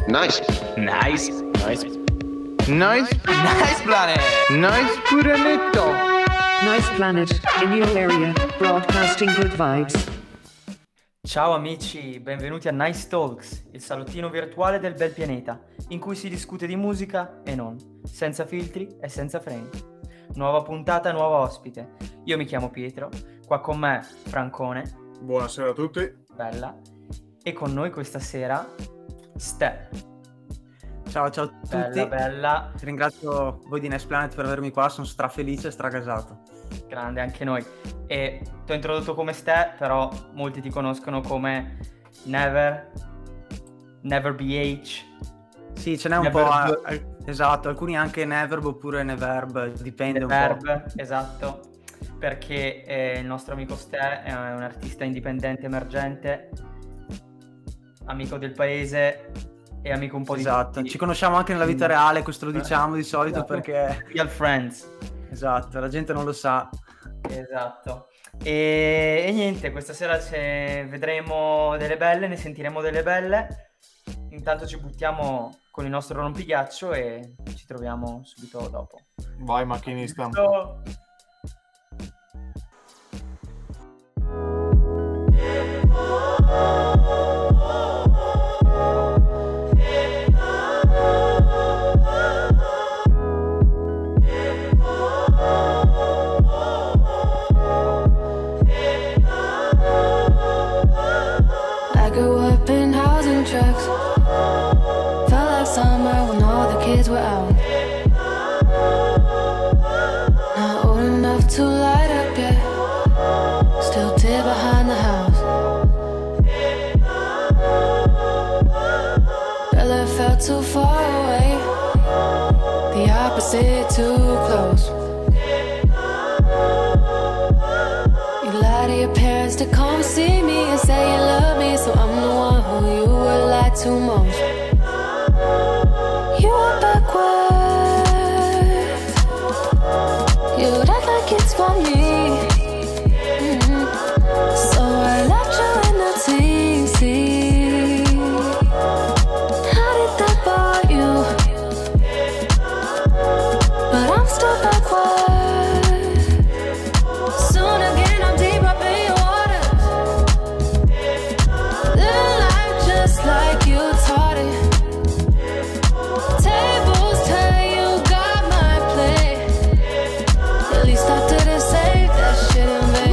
Nice. Nice. Nice. Nice. Nice planet. Nice planetto. Nice planet, in your area, broadcasting good vibes. Ciao amici, benvenuti a Nice Talks, il salottino virtuale del bel pianeta, in cui si discute di musica e non, senza filtri e senza freni. Nuova puntata, nuova ospite. Io mi chiamo Pietro, qua con me Francone. Buonasera a tutti. Bella. E con noi questa sera Ste. Ciao a tutti. Bella, bella. Ringrazio voi di Nice Planet per avermi qua, sono strafelice e stragasato. Grande anche noi. E ti ho introdotto come Ste, però molti ti conoscono come Never BH. Sì, ce n'è un Neverb. po', esatto, alcuni anche Neverb oppure Neverb, dipende Neverb, un po'. esatto, perché il nostro amico Ste è un artista indipendente emergente, amico del paese e amico un po' Esatto, di tutti. ci conosciamo anche nella vita reale, questo lo diciamo di solito Esatto. perché... Real friends. Esatto, la gente non lo sa. Esatto. E niente, questa sera vedremo delle belle, ne sentiremo delle belle. Intanto ci buttiamo con il nostro rompighiaccio e ci troviamo subito dopo. Vai macchinista. Ciao. I grew up in housing trucks. Felt like summer when all the kids were out. Not old enough to light up yet. Still tear behind the house. Girl, it felt too far away. The opposite, too close. You lie to your parents to come see me and say you love me, so I'm the one who you would lie to most. You are backwards. You'd act like it's for me. So I left you in the TC. How did that bore you? But I'm still backwards. Soon again I'm deep up in your waters. Living life just like you taught it. Tables turn, you got my plate. At least I didn't say that shit in vain.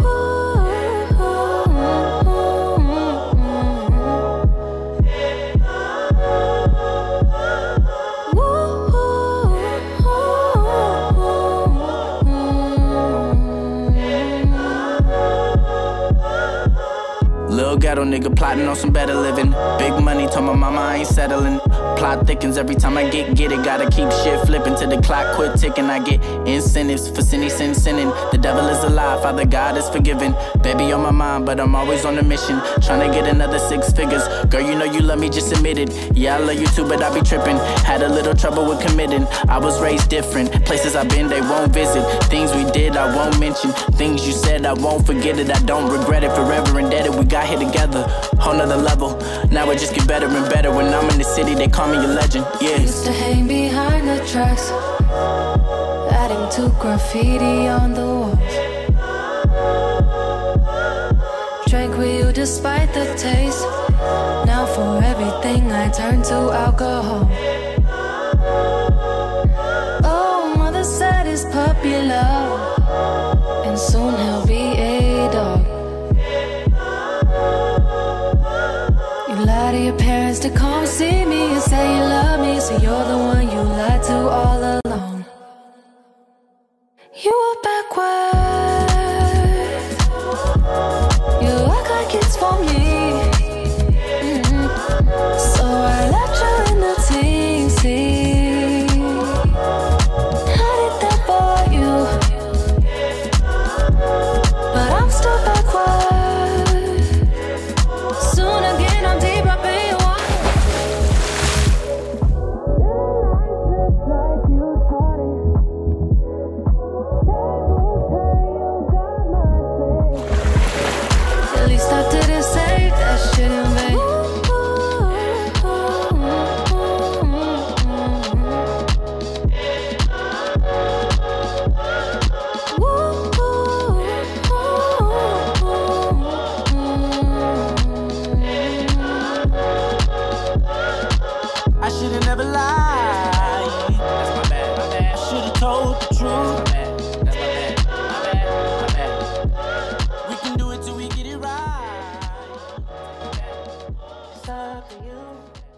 Lil' ghetto nigga plotting on some better living. Big money, told my mama I ain't settling. Plot thickens every time I get it. Gotta keep shit flipping till the clock quit ticking. I get incentives for sinning. The devil is alive, Father God is forgiven. Baby on my mind, but I'm always on a mission. Tryna get another 6 figures. Girl, you know you love me, just admit it. Yeah, I love you too, but I be tripping. Had a little trouble with committing. I was raised different. Places I've been, they won't visit. Things we did, I won't mention. Things you said, I won't forget it. I don't regret it, forever indebted. We got here together, whole nother level. Now it just get better and better. When I'm in the city, they call me a legend. Yeah. Used to hang behind the tracks, adding to graffiti on the walls. Drank with you despite the taste. Now for everything I turn to alcohol. Oh, mother said it's puppy love, and soon he'll be a dog. You lie to your parents to come see me and say you love me, so you're the one you lied to all along. You are backwards. You act like it's for me. So I left you in the TC. How did that bore you? But I'm still backwards. Soon again I'm deep up in your water. Just like you up to you.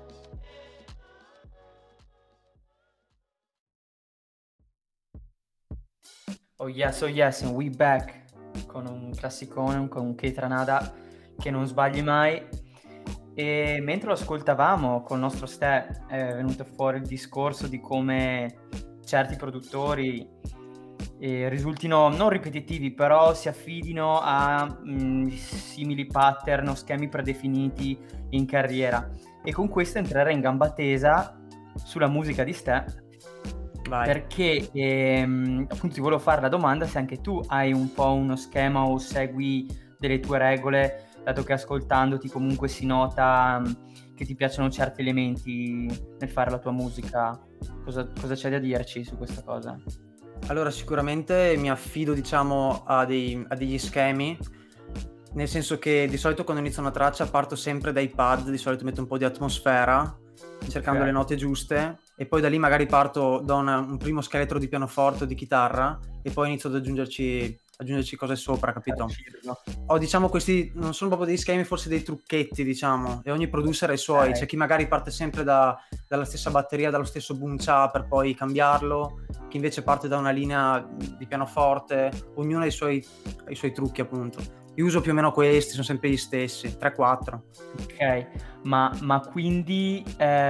Oh yes, and we back con un classicone, con un Keitranada che non sbagli mai. E mentre lo ascoltavamo col nostro Ste è venuto fuori il discorso di come certi produttori risultino non ripetitivi, però si affidino a simili pattern o schemi predefiniti in carriera. E con questo entrerei in gamba tesa sulla musica di Ste. Vai. Perché appunto ti volevo fare la domanda se anche tu hai un po' uno schema o segui delle tue regole, dato che ascoltandoti comunque si nota che ti piacciono certi elementi nel fare la tua musica. Cosa c'è da dirci su questa cosa? Allora, sicuramente mi affido, diciamo, a degli schemi, nel senso che di solito quando inizio una traccia parto sempre dai pad, di solito metto un po' di atmosfera, cercando le note giuste, e poi da lì magari parto da un primo scheletro di pianoforte o di chitarra e poi inizio ad aggiungerci cose sopra, capito? Ho, diciamo, questi non sono proprio dei schemi, forse dei trucchetti, diciamo, e ogni producer ha i suoi. C'è chi magari parte sempre dalla stessa batteria, dallo stesso boom cha per poi cambiarlo, chi invece parte da una linea di pianoforte, ognuno ha i suoi trucchi, appunto. Io uso più o meno questi, sono sempre gli stessi, 3-4. Ok, ma quindi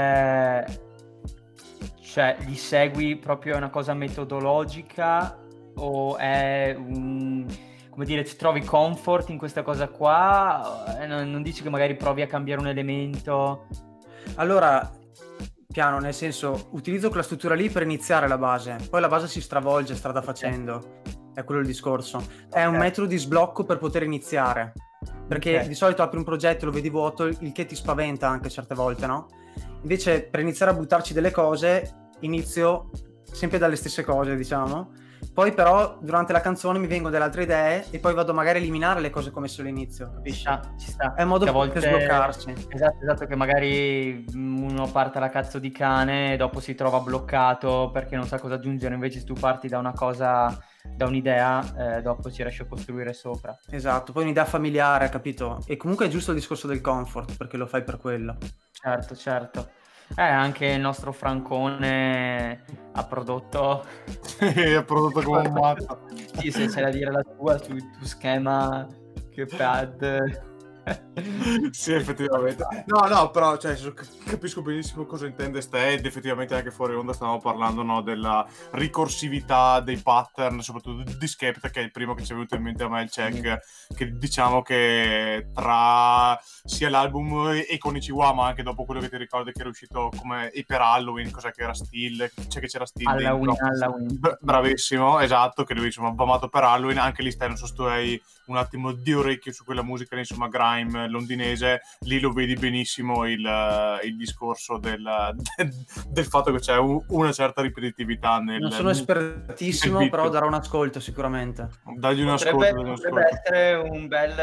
cioè li segui proprio, è una cosa metodologica o è come dire, ti trovi comfort in questa cosa qua? Non dici che magari provi a cambiare un elemento? Allora, piano, nel senso, utilizzo quella struttura lì per iniziare la base, poi la base si stravolge strada facendo, è quello il discorso. È un metodo di sblocco per poter iniziare, perché di solito apri un progetto, lo vedi vuoto, il che ti spaventa anche certe volte, no? Invece per iniziare a buttarci delle cose inizio sempre dalle stesse cose, diciamo, poi però durante la canzone mi vengono delle altre idee e poi vado magari a eliminare le cose come se all'inizio, capisci? Ci sta. È un modo Che a volte per sbloccarsi. Esatto, che magari uno parte alla cazzo di cane e dopo si trova bloccato perché non sa cosa aggiungere, invece se tu parti da una cosa, da un'idea, dopo ci riesci a costruire sopra. Esatto, poi un'idea familiare, capito? E comunque è giusto il discorso del comfort, perché lo fai per quello. Certo. Anche il nostro Francone ha prodotto Ha prodotto come un matto. Sì, se c'è da dire la tua sul tuo schema, che pad. Sì, effettivamente. No, però cioè, capisco benissimo cosa intende Ste, ed effettivamente anche fuori onda stavamo parlando, no, della ricorsività dei pattern, soprattutto di Skepta, che è il primo che ci è venuto in mente a me, il check, che diciamo che tra sia l'album e con Ichiwa, ma anche dopo quello che ti ricordi che era uscito come e per Halloween, cos'è che era Steel, cioè che c'era Steel Halloween. Bravissimo, esatto, che lui insomma ha amato per Halloween. Anche lì Ste, non so se tu hai un attimo di orecchio su quella musica, insomma, grime londinese, lì lo vedi benissimo il discorso del fatto che c'è una certa ripetitività nel... Non sono espertissimo, però darò un ascolto sicuramente. Dagli un Potrebbe ascolto. essere un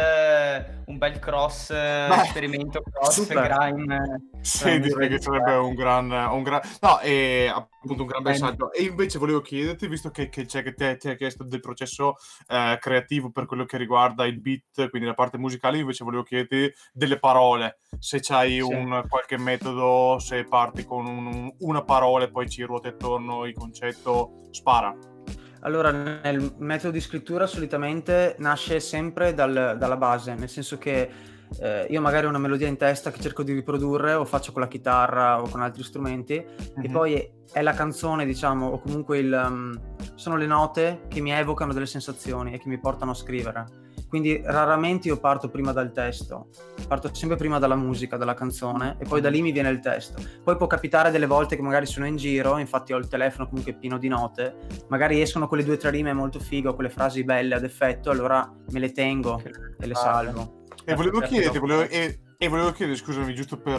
bel cross, esperimento cross grime. Sì, direi che sarebbe un gran no, e appunto un gran bel salto. E invece volevo chiederti, visto che c'è che ti ha chiesto del processo creativo per quello che riguarda il beat, quindi la parte musicale, invece volevo chiederti delle parole, se c'hai un qualche metodo, se parti con una parola e poi ci ruoti attorno il concetto, spara. Allora, nel metodo di scrittura solitamente nasce sempre dalla base, nel senso che io magari ho una melodia in testa che cerco di riprodurre o faccio con la chitarra o con altri strumenti, e poi è la canzone, diciamo, o comunque sono le note che mi evocano delle sensazioni e che mi portano a scrivere. Quindi raramente io parto prima dal testo, parto sempre prima dalla musica, dalla canzone, e poi da lì mi viene il testo. Poi può capitare delle volte che magari sono in giro, infatti ho il telefono comunque pieno di note, magari escono quelle 2 o 3 rime molto figo, quelle frasi belle ad effetto, allora me le tengo e le salvo. E volevo chiederti, scusami, giusto per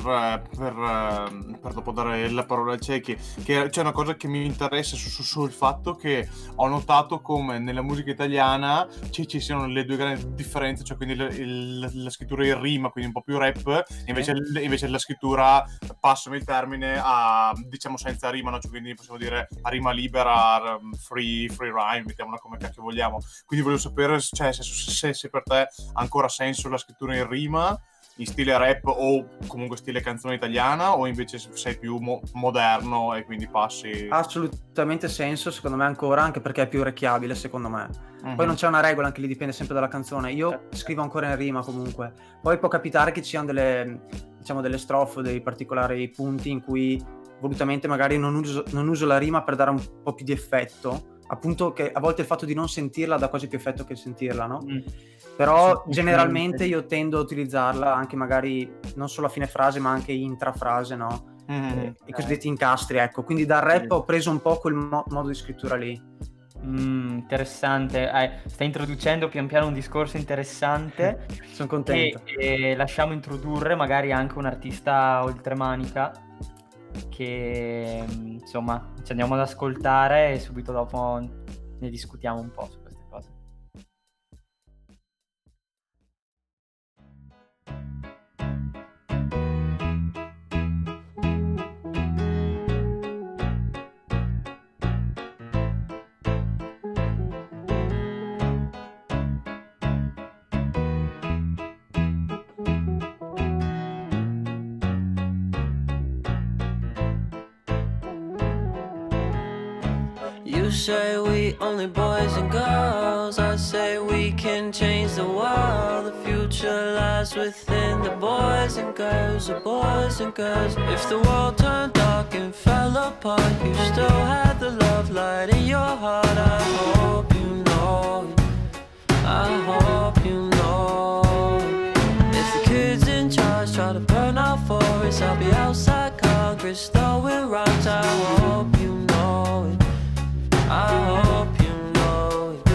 dopo dare la parola a Cecchi, che c'è una cosa che mi interessa sul fatto che ho notato come nella musica italiana ci siano le due grandi differenze, cioè quindi la scrittura in rima, quindi un po' più rap, invece la scrittura, passami il termine, a, diciamo, senza rima, no? Cioè, quindi possiamo dire a rima libera, free rhyme, mettiamola come cacchio vogliamo. Quindi volevo sapere, cioè, se per te ha ancora senso la scrittura in rima, in stile rap o comunque stile canzone italiana, o invece sei più moderno e quindi passi... Ha assolutamente senso, secondo me ancora, anche perché è più orecchiabile, secondo me. Mhm. Poi non c'è una regola, anche lì dipende sempre dalla canzone. Io scrivo ancora in rima comunque. Poi può capitare che ci siano delle strofe, dei particolari punti in cui volutamente magari non uso la rima per dare un po' più di effetto. Appunto, che a volte il fatto di non sentirla dà quasi più effetto che sentirla, no? Però generalmente io tendo a utilizzarla anche magari non solo a fine frase ma anche intrafrase, no? I cosiddetti incastri, ecco. Quindi dal rap ho preso un po' quel modo di scrittura lì. Interessante. Stai introducendo pian piano un discorso interessante. Sono contento. E lasciamo introdurre magari anche un artista oltremanica che insomma ci andiamo ad ascoltare e subito dopo ne discutiamo un po' su queste cose. You say we only boys and girls, I say we can change the world. The future lies within the boys and girls, the boys and girls. If the world turned dark and fell apart, you still had the love light in your heart. I hope you know it, I hope you know it. If the kids in charge try to burn our forests, I'll be outside Congress throwing rocks. I hope you know it, I hope you know it.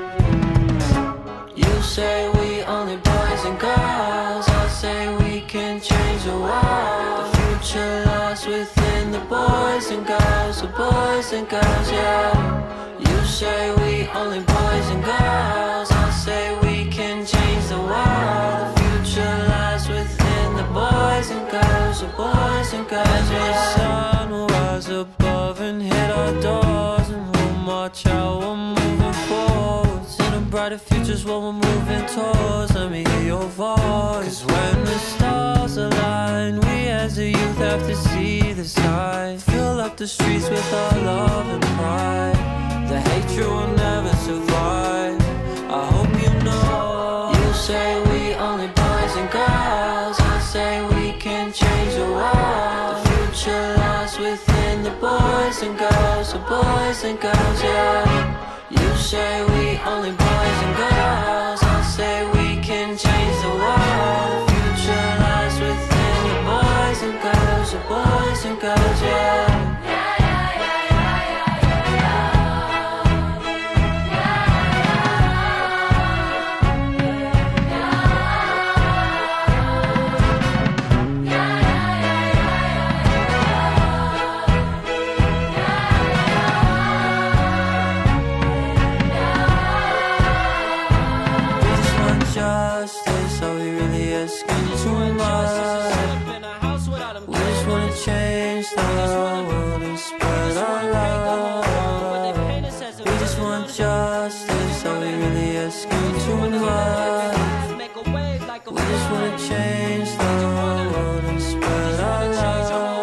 You say we only boys and girls, I say we can change the world. The future lies within the boys and girls, the boys and girls, yeah. You say we only boys and girls, I say we can change the world. The future lies within the boys and girls, the boys and girls, yeah. The sun will rise above and hit our doors, and watch how we're moving forwards. In a brighter future's what we're moving towards. Let me hear your voice. Cause when the stars align, we as a youth have to see the sign. Fill up the streets with our love and pride. The hatred will never survive, I hope you know. You say we only boys and girls, I say we can change the world. The future lies within the boys and girls, the boys and girls, yeah. You say we only boys and girls, I say we can change the world. The future lies within the boys and girls, the boys and girls, yeah. Justice, are we really asking too much? We just wanna change the world and spread our love. We just want justice, are we really asking too much? We just wanna change the world and spread our love.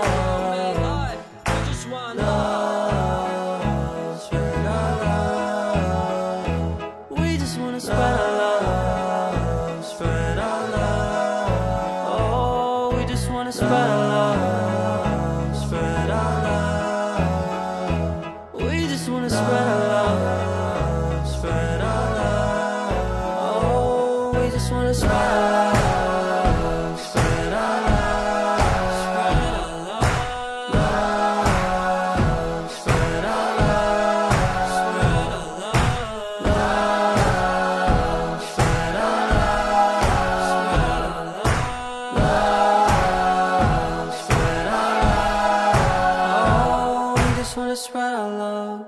Love, spread our love. We just wanna spread our love. Spread our love, spread our love. We just wanna spread our love, spread our love. Oh, we just wanna spread our love, spread our love, spread our love, spread our love, spread our spread our love.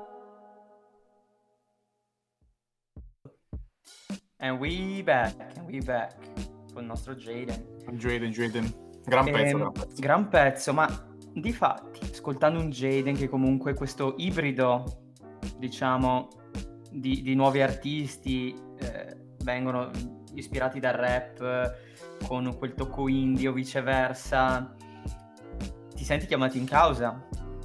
And we back con il nostro Jaden. Jaden. Gran pezzo. Gran pezzo, ma difatti, ascoltando un Jaden che comunque questo ibrido, diciamo, di nuovi artisti vengono ispirati dal rap, con quel tocco indie o viceversa, ti senti chiamato in causa?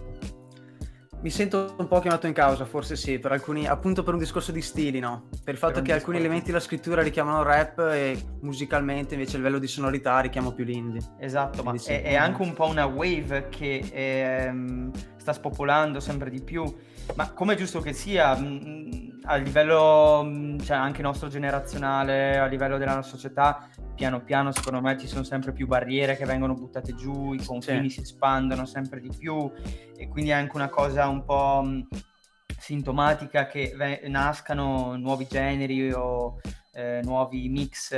Mi sento un po' chiamato in causa, forse sì, per alcuni, appunto per un discorso di stili, no? Per il fatto un che alcuni discorso- elementi della scrittura richiamano il rap e musicalmente invece a livello di sonorità richiamo più l'indie. Esatto, ma Quindi sì. è anche un po' una wave che sta spopolando sempre di più, ma come è giusto che sia, a livello cioè anche nostro generazionale, a livello della nostra società, piano piano secondo me ci sono sempre più barriere che vengono buttate giù, i confini si espandono sempre di più, e quindi è anche una cosa un po' sintomatica che nascano nuovi generi o nuovi mix,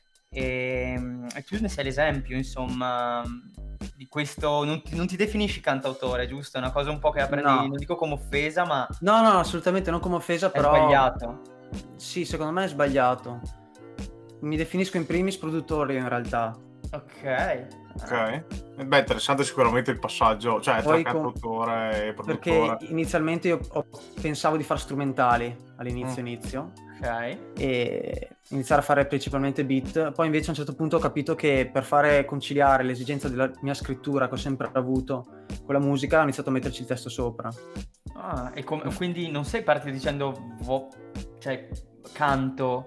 e tu ne sei l'esempio, insomma, di questo. Non ti definisci cantautore, giusto? È una cosa un po' che prendi, No. non dico come offesa, ma No, assolutamente non come offesa, è però sbagliato. sì, secondo me è sbagliato. Mi definisco in primis produttore in realtà. Ok. Ok. Beh, interessante sicuramente il passaggio, cioè tra Poi cantautore e produttore. Perché inizialmente io pensavo di fare strumentali all'inizio Ok. e iniziare a fare principalmente beat, poi invece a un certo punto ho capito che per fare conciliare l'esigenza della mia scrittura che ho sempre avuto con la musica ho iniziato a metterci il testo sopra. Ah, e quindi non sei partito dicendo cioè canto,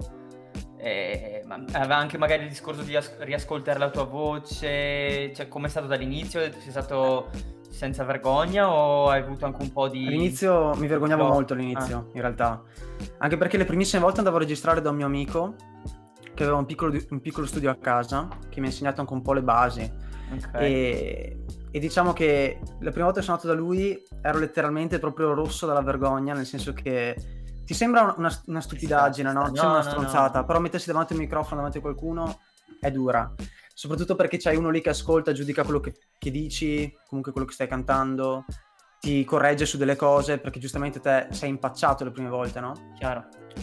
ma aveva anche magari il discorso di riascoltare la tua voce, cioè com'è stato dall'inizio? Sei stato senza vergogna o hai avuto anche un po' di... All'inizio mi vergognavo No. molto all'inizio, in realtà. Anche perché le primissime volte andavo a registrare da un mio amico che aveva un piccolo studio a casa, che mi ha insegnato anche un po' le basi. Ok. E diciamo che la prima volta che sono andato da lui ero letteralmente proprio rosso dalla vergogna, nel senso che ti sembra una stupidaggine, no? No, Sembra una no, stronzata, no. però mettersi davanti al microfono, davanti a qualcuno, è dura. Soprattutto perché c'hai uno lì che ascolta, giudica quello che dici, comunque quello che stai cantando, ti corregge su delle cose, perché giustamente te sei impacciato le prime volte, no? Chiaro.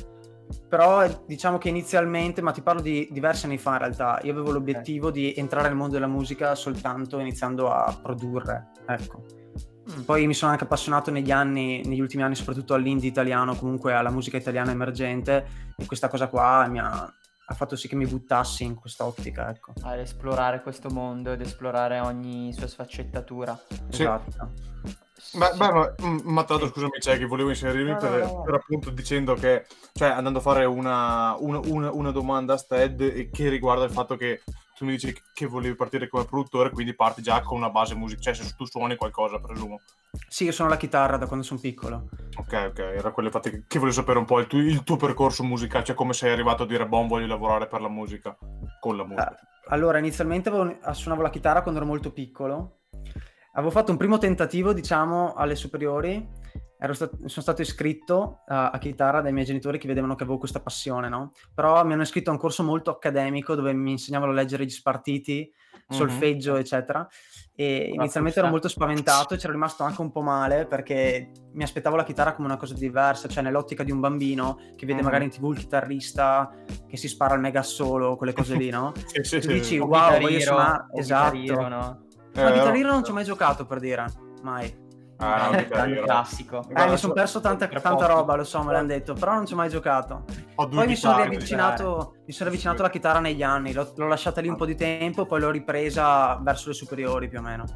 Però diciamo che inizialmente, ma ti parlo di diversi anni fa in realtà, io avevo l'obiettivo di entrare nel mondo della musica soltanto iniziando a produrre, ecco. Poi mi sono anche appassionato negli ultimi anni soprattutto all'indie italiano, comunque alla musica italiana emergente, e questa cosa qua ha fatto sì che mi buttassi in quest'ottica, ecco. Ad esplorare questo mondo ed esplorare ogni sua sfaccettatura. Sì. Esatto. Ma tra l'altro scusami, c'è che volevo inserirmi No. per appunto dicendo che, cioè andando a fare una domanda a Sted che riguarda il fatto che tu mi dici che volevi partire come produttore, quindi parti già con una base musicale, cioè se tu suoni qualcosa, presumo. Sì, io suono la chitarra da quando sono piccolo. Ok, era quello infatti che volevo sapere un po' il tuo percorso musicale, cioè come sei arrivato a dire voglio lavorare per la musica, con la musica. Allora, inizialmente suonavo la chitarra quando ero molto piccolo. Avevo fatto un primo tentativo, diciamo, alle superiori. Sono stato iscritto a chitarra dai miei genitori che vedevano che avevo questa passione, no? Però mi hanno iscritto a un corso molto accademico dove mi insegnavano a leggere gli spartiti, solfeggio, eccetera. E inizialmente ero molto spaventato e c'ero rimasto anche un po' male perché mi aspettavo la chitarra come una cosa diversa, cioè nell'ottica di un bambino che vede magari in TV il chitarrista che si spara il mega solo, quelle cose lì, no? Sì, tu dici, O wow, voglio Guitar Hero, suonare... o Esatto. Guitar Hero, no? Ma Guitar Hero non ci ho mai giocato, per dire, mai. Ah, no, Guitar Hero. Classico. Mi sono perso tanta roba, lo so, me l'hanno detto, però non ci ho mai giocato. Ho due Poi mi sono chitarre, riavvicinato alla chitarra negli anni, l'ho lasciata lì un po' di tempo, poi l'ho ripresa verso le superiori più o meno.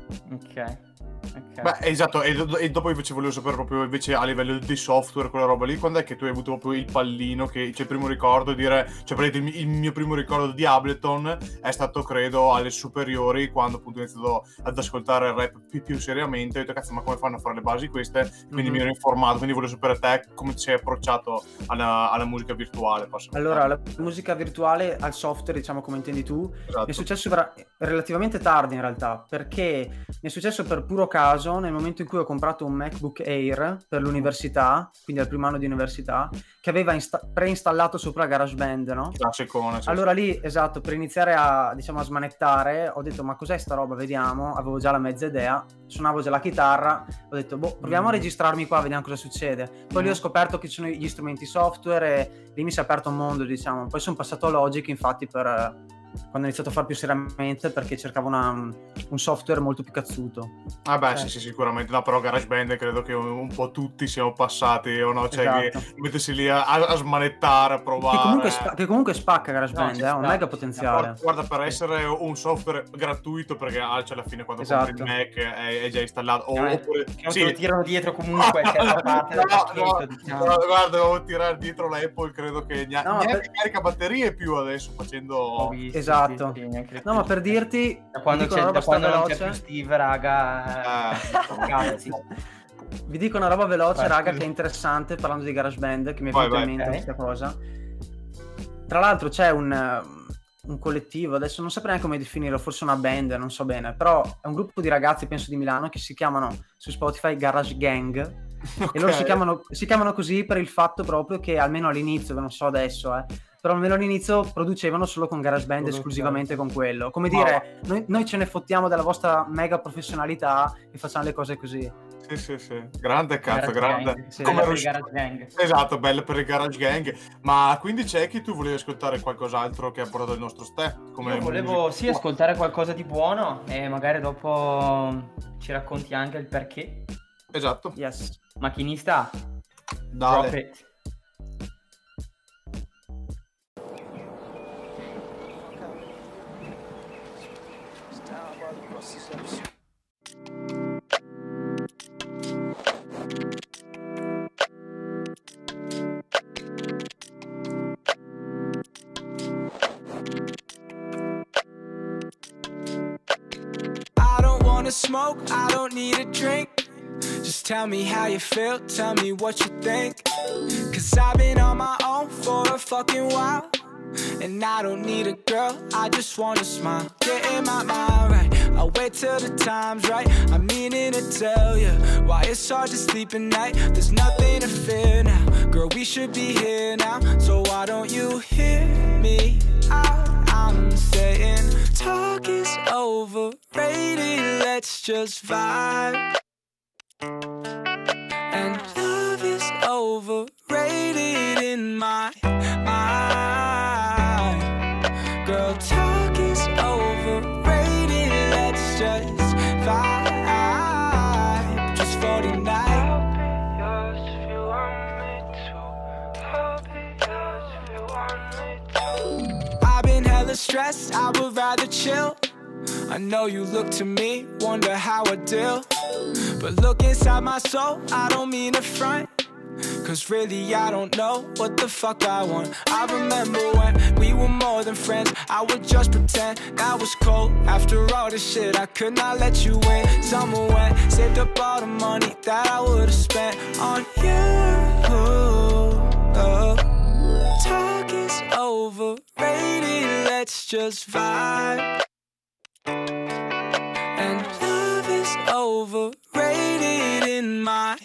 Ok. Beh, esatto, e dopo invece volevo sapere proprio invece a livello di software, quella roba lì, quando è che tu hai avuto proprio il pallino, che c'è il primo ricordo, dire, cioè praticamente il mio primo ricordo di Ableton è stato credo alle superiori, quando appunto ho iniziato ad ascoltare il rap più seriamente, ho detto cazzo, ma come fanno a fare le basi queste? Quindi mi ero informato, quindi volevo sapere te come ti sei approcciato alla musica virtuale. Allora, la musica virtuale al software, diciamo come intendi tu, Esatto. mi è successo relativamente tardi in realtà, perché mi è successo per puro caso nel momento in cui ho comprato un MacBook Air per l'università, quindi al primo anno di università, che aveva preinstallato sopra GarageBand, no? Classicone, sì. Allora lì, esatto, per iniziare a smanettare, ho detto ma cos'è sta roba, vediamo, avevo già la mezza idea, suonavo già la chitarra, ho detto proviamo a registrarmi qua, vediamo cosa succede. Poi lì ho scoperto che ci sono gli strumenti software e lì mi si è aperto un mondo, diciamo. Poi sono passato a Logic infatti per quando ho iniziato a fare più seriamente, perché cercavo un software molto più cazzuto. Ah beh, sì, sicuramente. No, però GarageBand credo che un po' tutti siamo passati, o no? Cioè, Esatto. che mettersi lì a smanettare, a provare. Che comunque spacca GarageBand, ci ha un sta, mega ci sta. potenziale. Guarda, per essere un software gratuito, perché cioè, alla fine quando Esatto. compri il Mac è già installato. Oppure, Che non te lo tirano dietro comunque, che è la parte del pacchetto, diciamo. no, guarda, devo tirare dietro l'Apple, credo che No, neanche carica batterie più adesso facendo... Ho visto, Esatto. sì, neanche No, ma per dirti, da quando, vi dico una roba da quando non c'è veloce. più Steve, raga, cazzi. Vi dico una roba veloce, Vai, raga, scusa. che è interessante, parlando di GarageBand, che mi è Vai, venuta in vai. mente questa cosa. Tra l'altro c'è un collettivo, adesso non saprei neanche come definirlo, forse una band, non so bene, però è un gruppo di ragazzi, penso di Milano, che si chiamano su Spotify Garage Gang. E loro si chiamano così per il fatto proprio che almeno all'inizio, non so adesso, però almeno all'inizio producevano solo con GarageBand, esclusivamente con quello. Come dire, noi ce ne fottiamo della vostra mega professionalità e facciamo le cose così. Sì. Grande cazzo, Garage grande. Gang, sì, Come per il riuscito- Garage Gang. Esatto, bello per il Garage Gang. Ma quindi c'è che tu volevi ascoltare qualcos'altro che ha portato il nostro Ste? Come Io volevo musica? ascoltare qualcosa di buono e magari dopo ci racconti anche il perché. Esatto. Yes. Macchinista, Dale. drop it. I don't wanna smoke, I don't need a drink. Just tell me how you feel, tell me what you think. Cause I've been on my own for a fucking while. And I don't need a girl, I just wanna smile. Getting my mind right, I'll wait till the time's right. I'm meaning to tell you why it's hard to sleep at night. There's nothing to fear now, girl, we should be here now. So why don't you hear me out? I'm saying talk is overrated, let's just vibe. And love is overrated in my mind. Girl, talk is overrated, let's just vibe. Just for tonight. I've been hella stressed, I would rather chill. I know you look to me, wonder how I deal. But look inside my soul, I don't mean to front. Cause really I don't know what the fuck I want. I remember when we were more than friends, I would just pretend that was cold. After all this shit, I could not let you in. Summer went, saved up all the money that I would've spent on you. Talk is overrated, let's just vibe. And love is overrated in my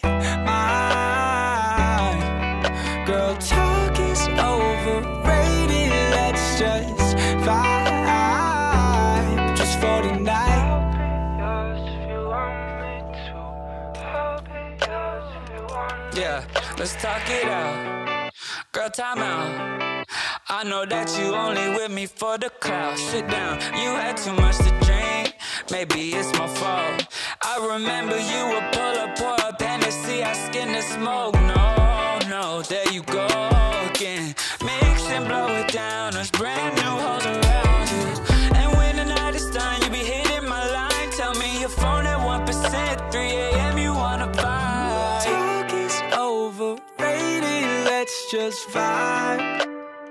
mind. Girl, talk is overrated, let's just vibe. Just for tonight. Yeah, let's talk it out. Girl, time out. I know that you only with me for the clout. Sit down, you had too much to drink. Maybe it's my fault. I remember you would pull up, pour up Hennessy, I skin the smoke. No, there you go again. Mix and blow it down, there's brand new hoes around you. And when the night is done, you be hitting my line. Tell me your phone at 1%, 3 a.m. you wanna buy. Talk is overrated, let's just vibe.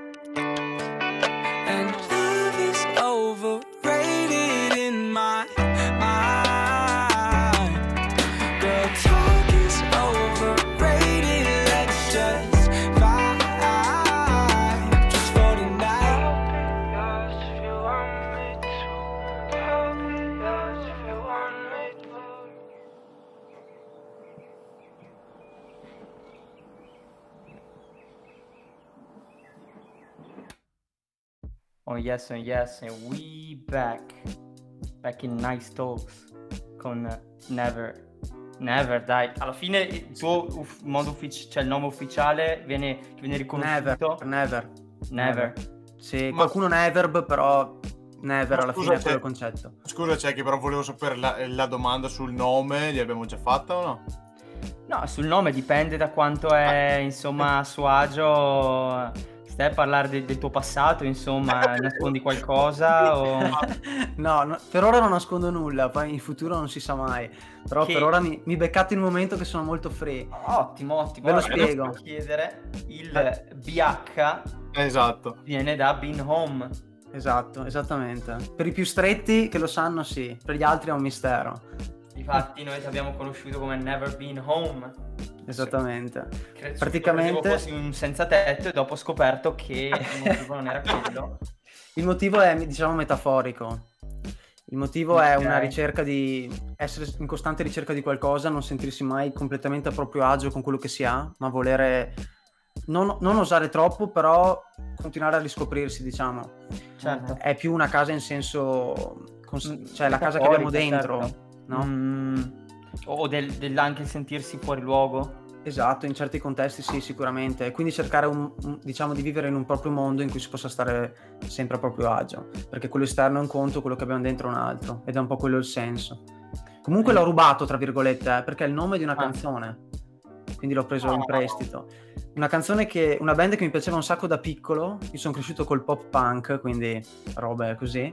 And love is overrated in my mind. Girl, talk is overrated, let's just vibe. Just for tonight. Oh yes, and we back in Nice Talks con Never. Never, dai, alla fine il tuo modo cioè il nome ufficiale viene riconosciuto. Never. Never. Sì, Ma- qualcuno Neverb, però Never Ma alla scusa, fine è cioè- quello il concetto. Scusa, c'è che però volevo sapere la domanda sul nome, gli abbiamo già fatta o no? No, sul nome dipende da quanto è, insomma, a suo agio. Stai a parlare del tuo passato, insomma, nascondi qualcosa o... No, per ora non nascondo nulla, poi in futuro non si sa mai. Però Che- per ora mi beccate il momento che sono molto free. Ottimo, ottimo. Ve lo Allora, spiego. devo chiedere, il BH Esatto. viene da Been Home. Esatto, esattamente. Per i più stretti che lo sanno, sì. Per gli altri è un mistero. Infatti noi ti abbiamo conosciuto come Never Been Home. Esattamente. Credevo Praticamente fossi un senza tetto e dopo ho scoperto che il motivo non era quello. il motivo è, diciamo, metaforico. Il motivo è Ok. una ricerca di essere in costante ricerca di qualcosa, non sentirsi mai completamente a proprio agio con quello che si ha, ma volere non osare troppo, però continuare a riscoprirsi, diciamo. Certo. È più una casa in senso, cioè la casa che abbiamo dentro, certo. no? O dell'anche sentirsi fuori luogo. Esatto, in certi contesti sì, sicuramente. Quindi cercare diciamo di vivere in un proprio mondo in cui si possa stare sempre a proprio agio, perché quello esterno è un conto, quello che abbiamo dentro è un altro, ed è un po' quello il senso. Comunque l'ho rubato, tra virgolette, perché è il nome di una canzone, quindi l'ho preso in prestito. Una canzone una band che mi piaceva un sacco da piccolo, io sono cresciuto col pop punk, quindi robe così.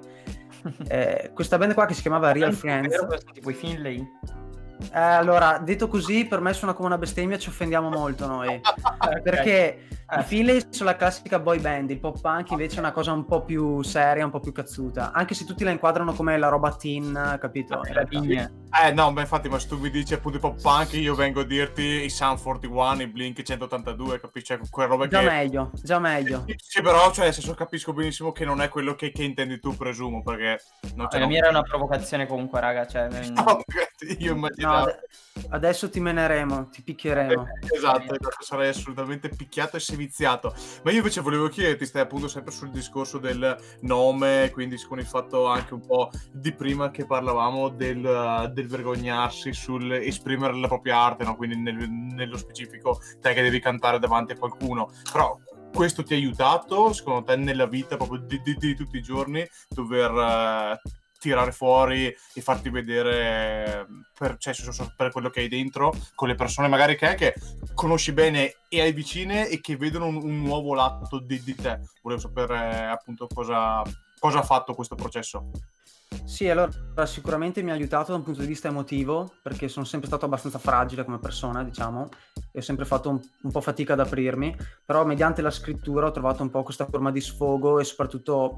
Questa band qua che si chiamava Real Friends. Sono tipo i Finlay. Allora, detto così, per me suona come una bestemmia, ci offendiamo molto noi. Perché i Finlay sono la classica boy band, il pop punk invece è una cosa un po' più seria, un po' più cazzuta. Anche se tutti la inquadrano come la roba teen, capito? In realtà. No, ma infatti, ma se tu mi dici appunto i pop punk, io vengo a dirti i Sum 41, i Blink 182, capisci? Cioè, quella roba Già che... meglio, già meglio. Sì, però, cioè, nel senso, capisco benissimo che non è quello che intendi tu, presumo, perché... Non La mia era una provocazione comunque, raga, cioè... No, io immaginavo... No, adesso ti meneremo, ti picchieremo. Esatto, sarei assolutamente picchiato e seviziato. Ma io invece volevo chiederti, stai appunto sempre sul discorso del nome, quindi con il fatto anche un po' di prima che parlavamo del vergognarsi sul esprimere la propria arte, no? Quindi nello specifico te che devi cantare davanti a qualcuno. Però questo ti ha aiutato, secondo te, nella vita proprio di tutti i giorni, dover... tirare fuori e farti vedere per quello che hai dentro, con le persone magari che conosci bene e hai vicine e che vedono un nuovo lato di te. Volevo sapere appunto cosa ha fatto questo processo. Sì, allora sicuramente mi ha aiutato da un punto di vista emotivo, perché sono sempre stato abbastanza fragile come persona, diciamo, e ho sempre fatto un po' fatica ad aprirmi, però mediante la scrittura ho trovato un po' questa forma di sfogo e soprattutto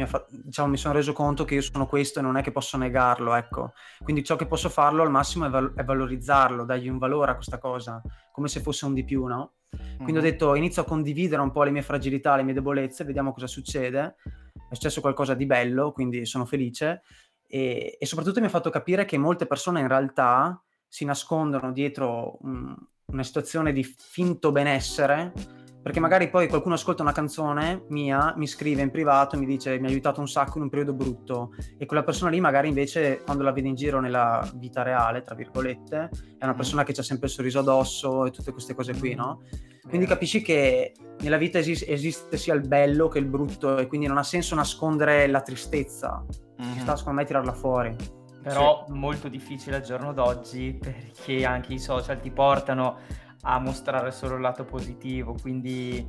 mi sono reso conto che io sono questo e non è che posso negarlo, ecco. Quindi ciò che posso farlo al massimo è valorizzarlo, dargli un valore a questa cosa, come se fosse un di più, no? Quindi ho detto, inizio a condividere un po' le mie fragilità, le mie debolezze, vediamo cosa succede. È successo qualcosa di bello, quindi sono felice e soprattutto mi ha fatto capire che molte persone in realtà si nascondono dietro una situazione di finto benessere, perché magari poi qualcuno ascolta una canzone mia, mi scrive in privato, mi dice mi ha aiutato un sacco in un periodo brutto, e quella persona lì magari invece quando la vede in giro nella vita reale, tra virgolette, è una persona che c'ha sempre il sorriso addosso e tutte queste cose qui, no? Quindi capisci che nella vita esiste sia il bello che il brutto, e quindi non ha senso nascondere la tristezza, ci sta secondo me tirarla fuori. Però molto difficile al giorno d'oggi, perché anche i social ti portano a mostrare solo il lato positivo, quindi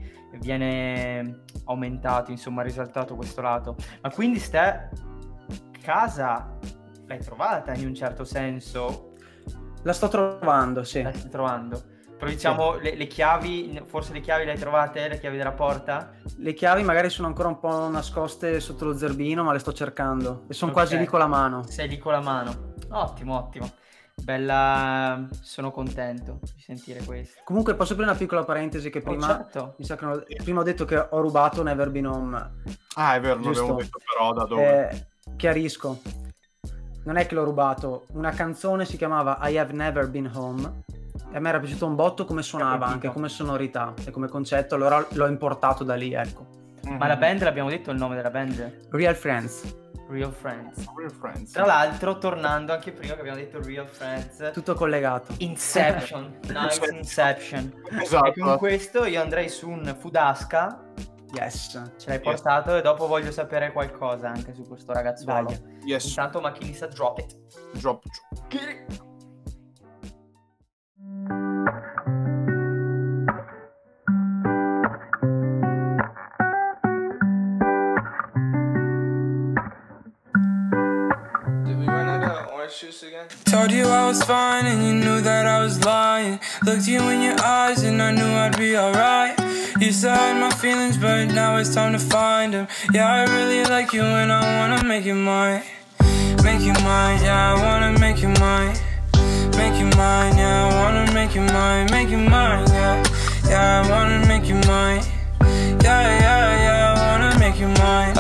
viene aumentato, insomma, risaltato questo lato. Ma quindi casa l'hai trovata in un certo senso? La sto trovando, sì. La stai trovando? Però diciamo le chiavi, forse le chiavi le hai trovate, le chiavi della porta? Le chiavi magari sono ancora un po' nascoste sotto lo zerbino, ma le sto cercando e sono quasi lì con la mano. Sei lì con la mano. Ottimo, ottimo. Bella, sono contento di sentire questo. Comunque posso aprire una piccola parentesi che prima certo. mi sa che prima ho detto che ho rubato Never Been Home. Ah, è vero, non abbiamo detto però da dove. Chiarisco. Non è che l'ho rubato, una canzone si chiamava I Have Never Been Home e a me era piaciuto un botto come suonava, anche come sonorità e come concetto, allora l'ho importato da lì, ecco. Ma la band, l'abbiamo detto il nome della band? Real Friends. Real Friends. Real Friends. Tra l'altro, tornando anche prima che abbiamo detto Real Friends, tutto collegato. Inception. Nice Inception. Esatto. E con questo io andrei su un Fudasca Yes. Ce l'hai portato e dopo voglio sapere qualcosa anche su questo ragazzuolo. Dai. Yes. Intanto macchinista, drop it. Drop. Told you I was fine and you knew that I was lying. Looked you in your eyes and I knew I'd be alright. Used to hide my feelings but now it's time to find them. Yeah, I really like you and I wanna make you mine. Make you mine, yeah, I wanna make you mine. Make you mine, yeah, I wanna make you mine. Make you mine, yeah, yeah, I wanna make you mine. Yeah, yeah, yeah, I wanna make you mine.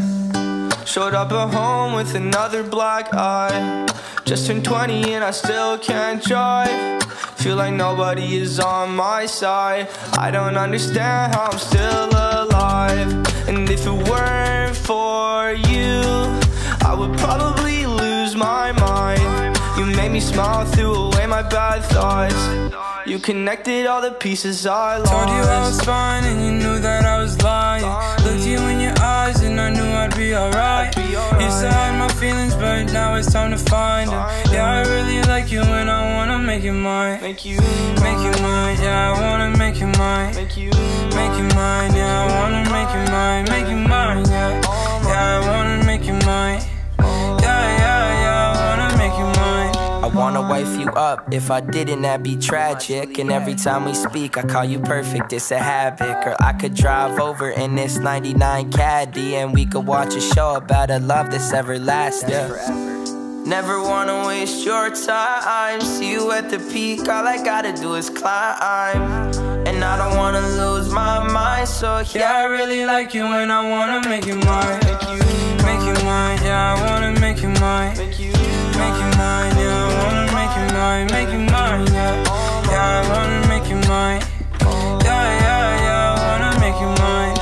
Showed up at home with another black eye. Just turned 20 and I still can't drive. Feel like nobody is on my side. I don't understand how I'm still alive. And if it weren't for you, I would probably lose my mind. You made me smile, threw away my bad thoughts. You connected all the pieces I lost. Told you I was fine and you knew that I was lying. Looked you in your eyes and I knew I'd be alright. Used to hide my feelings but now it's time to find them. Yeah, I really like you and I wanna make you mine. Make you mine, yeah, I wanna make you mine. Make you mine, yeah, I wanna make you mine. Make you mine, yeah, yeah, I wanna make you mine. Yeah, yeah, yeah, I wanna make you mine. I wanna wife you up, if I didn't that'd be tragic. And every time we speak I call you perfect, it's a habit. Girl, I could drive over in this 99 Caddy and we could watch a show about a love that's everlasting. Never wanna waste your time. See you at the peak, all I gotta do is climb. And I don't wanna lose my mind, so yeah, I really like you and I wanna make you mine. Make you mine, yeah, I wanna make you mine. Make you mine, yeah, I wanna make you mine. Make you mine, yeah, yeah, I wanna make you mine. Yeah, yeah, yeah, I wanna make you mine.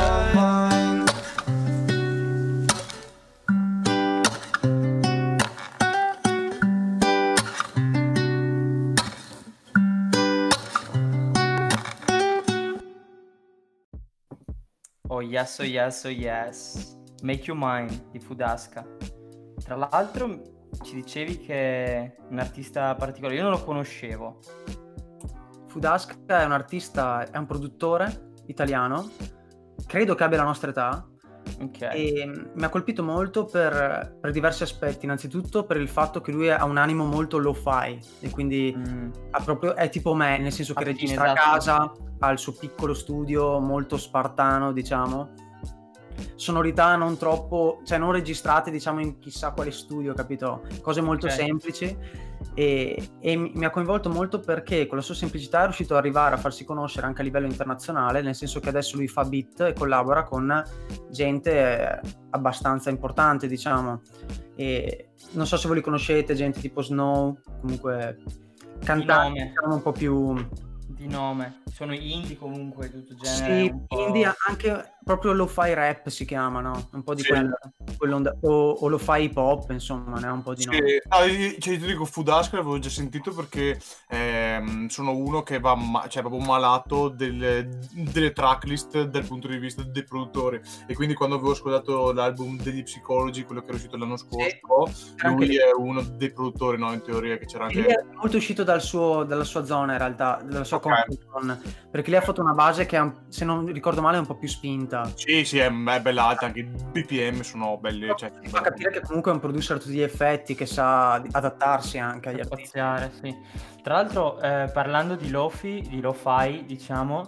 Oh yes, oh yes, oh yes. Make You Mine di Fudaska. Tra l'altro ci dicevi che è un artista particolare, io non lo conoscevo. Fudaska è un artista, è un produttore italiano, credo che abbia la nostra età. Ok. E mi ha colpito molto per diversi aspetti. Innanzitutto per il fatto che lui ha un animo molto lo-fi e quindi è tipo me, nel senso che registra a casa, ha il suo piccolo studio molto spartano, diciamo, sonorità non troppo, cioè non registrate diciamo in chissà quale studio, capito? Cose molto semplici e mi ha coinvolto molto perché con la sua semplicità è riuscito ad arrivare a farsi conoscere anche a livello internazionale, nel senso che adesso lui fa beat e collabora con gente abbastanza importante, diciamo, e non so se voi li conoscete, gente tipo Snow, comunque cantanti diciamo un po' più di nome, sono indie comunque, tutto genere. Sì, indie, anche proprio lo-fi rap si chiama, no? Un po' di quello o lo-fi hip hop, insomma, ne ha un po' di nome. Io ti dico, Fudaska l'avevo già sentito perché sono uno che va cioè proprio malato delle tracklist dal punto di vista dei produttori, e quindi quando avevo ascoltato l'album degli Psychology, quello che era uscito l'anno scorso, lui è uno dei produttori, no, in teoria, che c'era anche... Lui è molto uscito dalla sua zona, in realtà, dalla sua comfort zone, perché lei ha fatto una base che se non ricordo male è un po' più spinta. Sì, è bella alta, anche i BPM sono belli, cioè, fa capire che comunque è un producer a tutti gli effetti, che sa adattarsi anche agli artisti. Sì. Tra l'altro parlando di lo-fi, diciamo,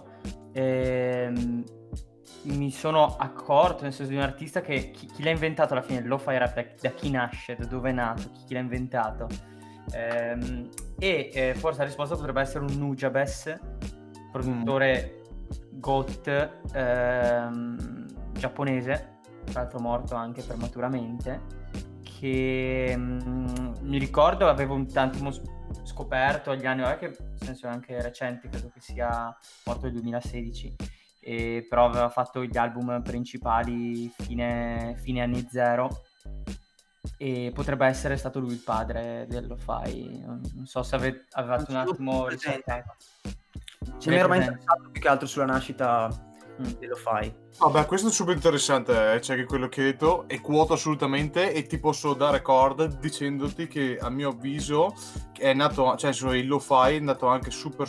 mi sono accorto, nel senso, di un artista che chi l'ha inventato alla fine, il lo-fi rap, da chi nasce, da dove è nato, chi l'ha inventato, forse la risposta potrebbe essere un Nujabes, produttore goth giapponese, tra l'altro morto anche prematuramente, che mi ricordo avevo un attimo scoperto agli anni, che nel senso è anche recente, credo che sia morto nel 2016, però aveva fatto gli album principali fine anni 0 e potrebbe essere stato lui il padre del lo-fi. Non so se avevate un attimo ricercato. Mi ero mai interessato più che altro sulla nascita e lo fai. Vabbè, questo è super interessante, cioè che quello che hai detto, e quoto assolutamente, e ti posso dare cord dicendoti che a mio avviso è nato, cioè il lo-fi è nato anche super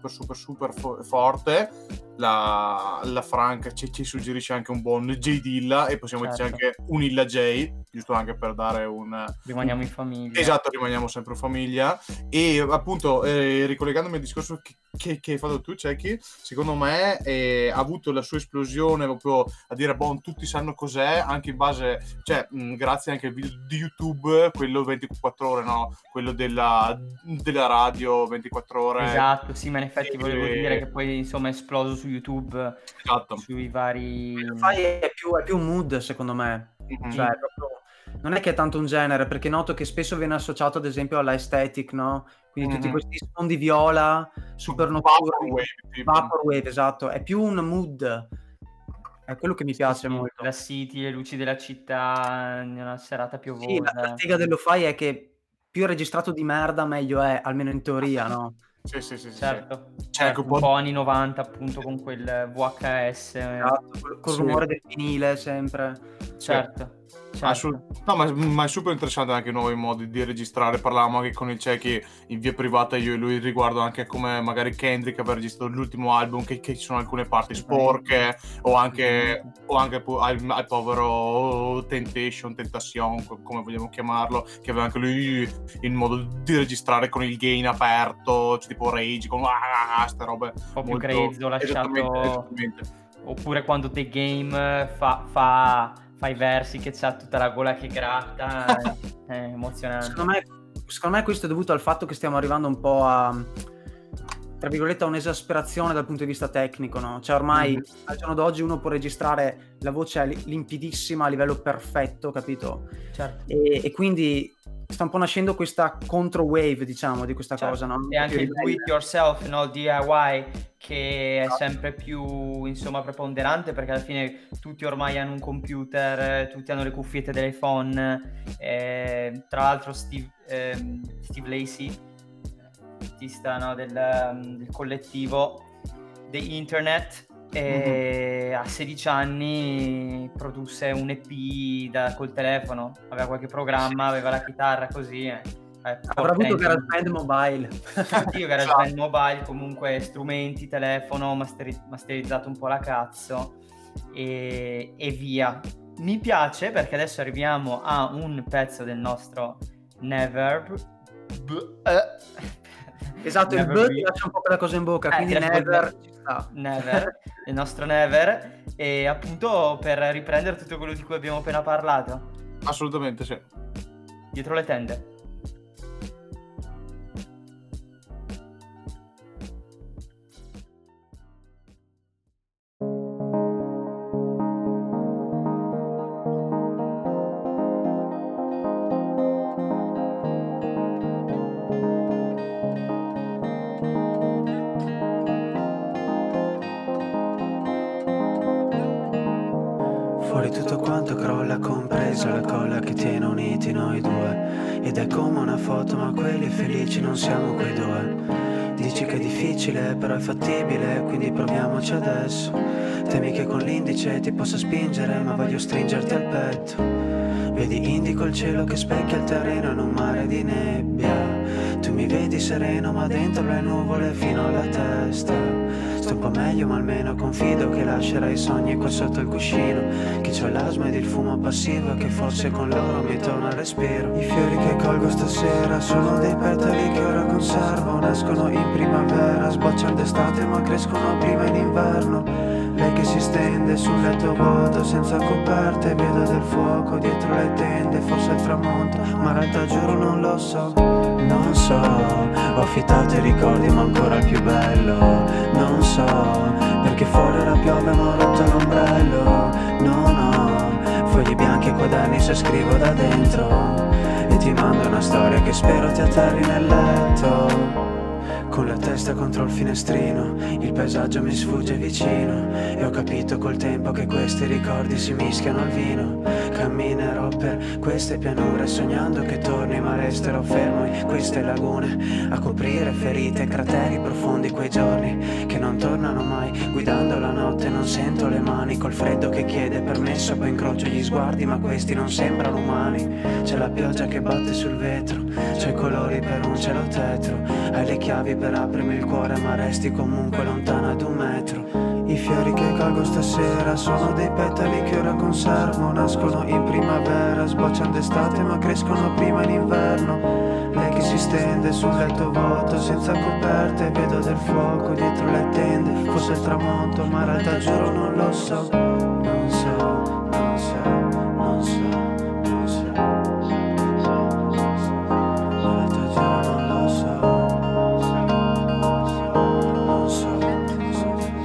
forte. La Frank ci suggerisce anche un buon J Dilla, e possiamo dire anche un Illa J, giusto anche per dare rimaniamo in famiglia. Esatto, rimaniamo sempre in famiglia. E appunto ricollegandomi al discorso che hai fatto tu, Cecchi, secondo me ha avuto la sua esplosione proprio a dire tutti sanno cos'è, anche in base, cioè grazie anche al video di YouTube, quello 24 ore, no? Quello della radio 24 ore. Esatto, sì, ma in effetti volevo dire che poi insomma è esploso su YouTube, esatto, sui vari... È più un mood, secondo me. Cioè proprio, non è che è tanto un genere, perché noto che spesso viene associato ad esempio alla aesthetic, no? Quindi tutti questi sfondi viola, super notturni, vaporwave, esatto, è più un mood. È quello che mi piace molto. La city, le luci della città, in una serata piovosa. Sì, la figa dello fai è che più registrato di merda meglio è, almeno in teoria, no? Sì. Certo. C'è un po' anni 90 appunto, con quel VHS. Esatto, col rumore del vinile sempre. Certo. No, ma è super interessante anche nuovi modi di registrare. Parlavamo anche con il Cecchi in via privata, io e lui, riguardo anche come magari Kendrick aveva registrato l'ultimo album, che ci sono alcune parti sporche, o anche al povero Tentacion, come vogliamo chiamarlo, che aveva anche lui il modo di registrare con il gain aperto, cioè tipo Rage, con ste robe un po' più grezzo, lasciato. Esattamente. Oppure quando The Game fa i versi che c'ha tutta la gola che gratta, è emozionante. Secondo me questo è dovuto al fatto che stiamo arrivando un po' a, tra virgolette, a un'esasperazione dal punto di vista tecnico, no? Cioè ormai al giorno d'oggi uno può registrare la voce limpidissima a livello perfetto, capito? Certo. E quindi sta un po' nascendo questa contro wave, diciamo, di questa cosa, no? E anche il do it yourself, no? DIY, che è sempre più, insomma, preponderante, perché alla fine tutti ormai hanno un computer, tutti hanno le cuffiette dell'iPhone. Tra l'altro Steve Lacy, artista, no, del collettivo The Internet, a 16 anni produsse un EP col telefono, aveva qualche programma, aveva la chitarra così. Avrà avuto GarageBand Mobile. Io GarageBand Mobile, comunque strumenti, telefono, masterizzato un po' la cazzo e via. Mi piace perché adesso arriviamo a un pezzo del nostro Never. Esatto, il B ti lascia un po' quella cosa in bocca, quindi Never ci sta. Never, il nostro Never, e appunto per riprendere tutto quello di cui abbiamo appena parlato. Assolutamente sì. Dietro le tende. Fuori tutto quanto crolla, compreso la colla che tiene uniti noi due. Ed è come una foto, ma quelli felici non siamo quei due. Dici che è difficile, però è fattibile, quindi proviamoci adesso. Temi che con l'indice ti possa spingere, ma voglio stringerti al petto. Vedi, indico il cielo che specchia il terreno in un mare di nebbia. Tu mi vedi sereno, ma dentro le nuvole fino alla testa. Sto un po' meglio, ma almeno confido che lascerai i sogni qua sotto il cuscino. Che c'ho l'asma ed il fumo passivo e che forse con loro mi torna il respiro. I fiori che colgo stasera sono dei petali che ora conservo. Nascono in primavera, sbocciano d'estate ma crescono prima in inverno. Lei che si stende sul letto vuoto senza coperte, vedo del fuoco dietro le tende, forse il tramonto, ma in realtà giuro non lo so. Non so, ho affittato i ricordi ma ancora il più bello. Non so, perché fuori ora piove ma ho rotto l'ombrello. No, fogli bianchi e quaderni se scrivo da dentro. E ti mando una storia che spero ti atterri nel letto. con la testa contro il finestrino, il paesaggio mi sfugge vicino e ho capito col tempo che questi ricordi si mischiano al vino. Camminerò per queste pianure sognando che torni, ma resterò fermo in queste lagune a coprire ferite, crateri profondi, quei giorni che non tornano mai. Guidando la notte non sento le mani, col freddo che chiede permesso, poi incrocio gli sguardi ma questi non sembrano umani. C'è la pioggia che batte sul vetro, c'è i colori per un cielo tetro, hai le chiavi per aprirmi il cuore ma resti comunque lontana d'1 metro. I fiori che colgo stasera sono dei petali che ora conservo, nascono in primavera, sbocciano d'estate ma crescono prima in inverno. Lei che si stende sul letto vuoto senza coperte, vedo del fuoco dietro le tende, fosse il tramonto ma in realtà giuro non lo so. Non so, non so, non so, non so. In realtà giuro non lo so. Non so, non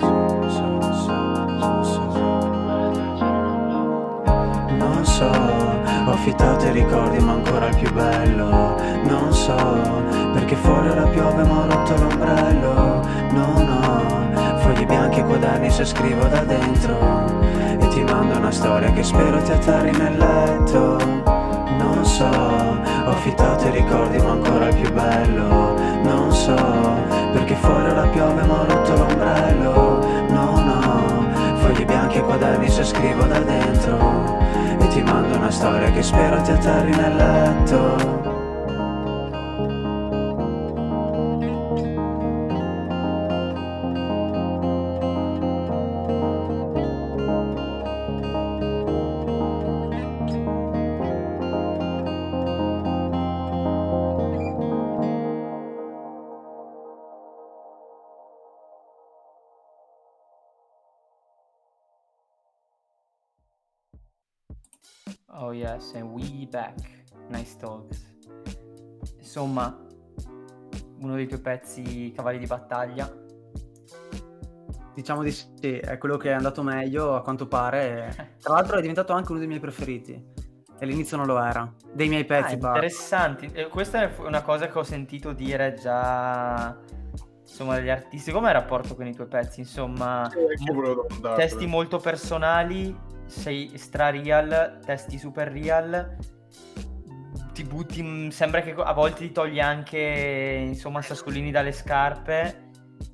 so, non so. Ho affittato i ricordi ma ancora il più bello. Non so, perché fuori ora piove ma ho rotto l'ombrello. No, no, fogli bianchi e quaderni se scrivo da dentro e ti mando una storia che spero ti atterri nel letto. Non so, ho affittato i ricordi ma ancora il più bello. Non so, perché fuori ora piove ma ho rotto l'ombrello. No, no, fogli bianchi e quaderni se scrivo da dentro e ti mando una storia che spero ti atterri nel letto. Oh yes, and we back. Nice Talks. Insomma, uno dei tuoi pezzi cavalli di battaglia. Diciamo di sì, è quello che è andato meglio a quanto pare. Tra l'altro è diventato anche uno dei miei preferiti. E all'inizio non lo era. Dei miei pezzi, interessanti. Questa è una cosa che ho sentito dire già, insomma, degli artisti. Com'è il rapporto con i tuoi pezzi? Insomma, testi molto personali, sei stra real, testi super real, ti butti, sembra che a volte ti togli anche, insomma, sassolini dalle scarpe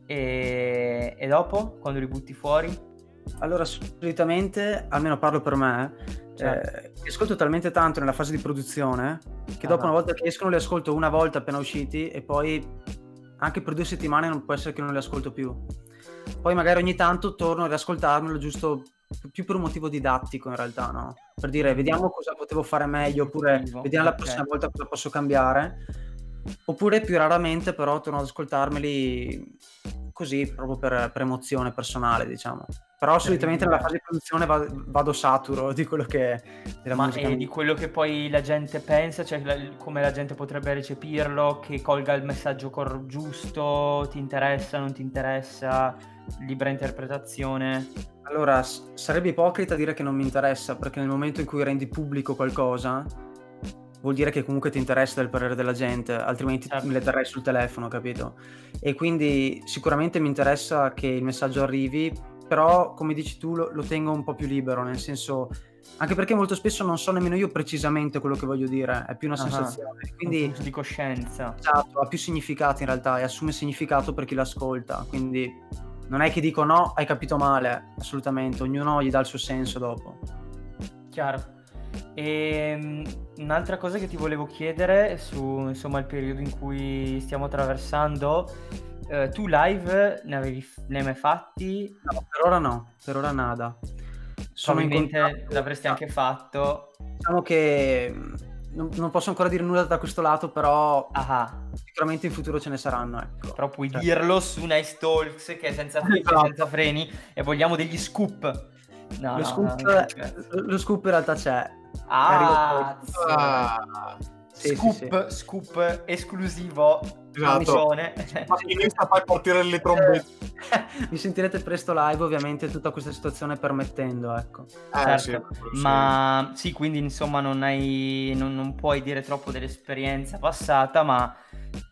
e dopo, quando li butti fuori? Allora, solitamente, almeno parlo per me, li ascolto talmente tanto nella fase di produzione che dopo, una volta che escono, li ascolto una volta appena usciti e poi anche per 2 settimane non può essere che non li ascolto più. Poi magari ogni tanto torno ad ascoltarmelo, giusto più per un motivo didattico in realtà, no? Per dire, vediamo cosa potevo fare meglio, oppure vediamo la prossima volta cosa posso cambiare. Oppure più raramente però torno ad ascoltarmeli così, proprio per emozione personale, diciamo. Però solitamente nella fase di produzione vado saturo di quello che della musica. E di quello che poi la gente pensa, cioè come la gente potrebbe recepirlo, che colga il messaggio giusto, ti interessa, non ti interessa, libera interpretazione. Allora, sarebbe ipocrita dire che non mi interessa, perché nel momento in cui rendi pubblico qualcosa vuol dire che comunque ti interessa del parere della gente, altrimenti me le terrei sul telefono, capito? E quindi sicuramente mi interessa che il messaggio arrivi, però come dici tu lo tengo un po' più libero, nel senso, anche perché molto spesso non so nemmeno io precisamente quello che voglio dire, è più una sensazione, quindi di coscienza. Esatto, ha più significato in realtà e assume significato per chi l'ascolta, quindi non è che dico no, hai capito male, assolutamente, ognuno gli dà il suo senso dopo. Chiaro. E un'altra cosa che ti volevo chiedere su, insomma, il periodo in cui stiamo attraversando, tu live ne hai mai fatti? No, per ora nada. Probabilmente l'avresti anche fatto. Diciamo che non posso ancora dire nulla da questo lato, però sicuramente in futuro ce ne saranno, ecco. Però puoi dirlo su Nice Talks, che è senza filtri, senza freni, e vogliamo degli scoop. Lo scoop in realtà c'è. Scoop esclusivo. Esatto. Ma inizia a partire le trombette. Mi sentirete presto live, ovviamente, tutta questa situazione permettendo, ecco. Certo. Ma sì, quindi insomma non puoi dire troppo dell'esperienza passata, ma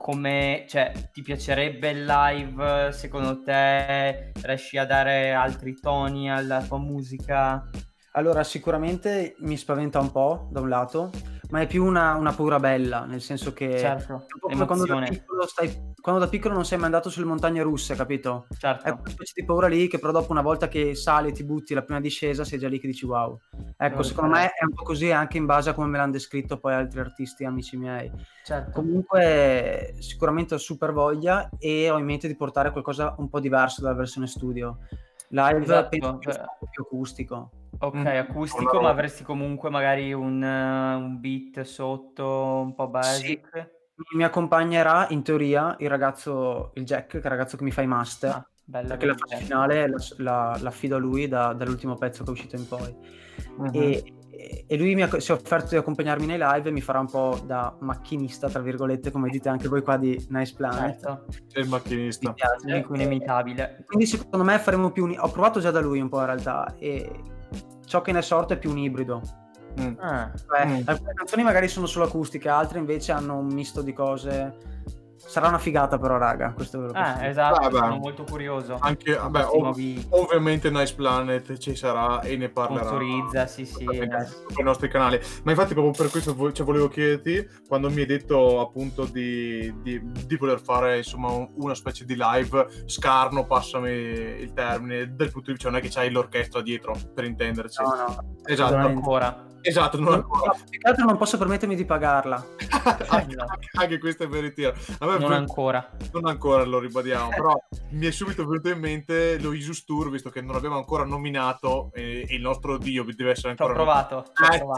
come, cioè, ti piacerebbe il live? Secondo te riesci a dare altri toni alla tua musica? Allora, sicuramente mi spaventa un po' da un lato, ma è più una paura bella, nel senso che Certo, è un po' come emozione. quando da piccolo non sei mai andato sulle montagne russe, capito? È Certo. quella specie di paura lì che però dopo una volta che sali e ti butti la prima discesa sei già lì che dici wow. Ecco, Lo secondo me rifarei. è un po' così anche in base a come me l'hanno descritto poi altri artisti amici miei. Certo. Comunque sicuramente ho super voglia e ho in mente di portare qualcosa un po' diverso dalla versione studio. Live Esatto, penso che cioè- sia un po' più acustico. Ok, Mm. acustico, ma avresti comunque magari un beat sotto, un po' Sì, basic? mi accompagnerà in teoria il Jack, che è il ragazzo che mi fa i master, Ah, bella perché la bella fase idea. finale l'affido a lui dall'ultimo pezzo che è uscito in poi. Mhm. E lui si è offerto di accompagnarmi nei live e mi farà un po' da macchinista, tra virgolette, come dite anche voi qua di Nice Planet. Certo, È il macchinista. Mi piace. l'unico inimitabile. Quindi secondo me faremo più ho provato già da lui un po' in realtà e ciò che ne è sorto è più un ibrido. Mm. Ah, Cioè, alcune canzoni magari sono solo acustiche, altre invece hanno un misto di cose. Sarà una figata però, raga, questo ve lo posso dire. esatto, Vabbè. sono molto curioso. Anche, Con vabbè, questi nuovi ovviamente Nice Planet ci sarà e ne parlerà sponsorizza, sì. sui nostri canali. Ma infatti proprio per questo volevo chiederti, quando mi hai detto appunto di voler fare insomma una specie di live scarno, passami il termine, del punto di vista non è che c'hai l'orchestra dietro, per intenderci. No. Esatto. Non ancora. Esatto, non ancora. Più che altro non posso permettermi di pagarla. Anche questo è veritiero. A me Non ancora. Non ancora, lo ribadiamo, però mi è subito venuto in mente lo Isus Tour, visto che non abbiamo ancora nominato e il nostro Dio deve essere Ci ho ancora provato.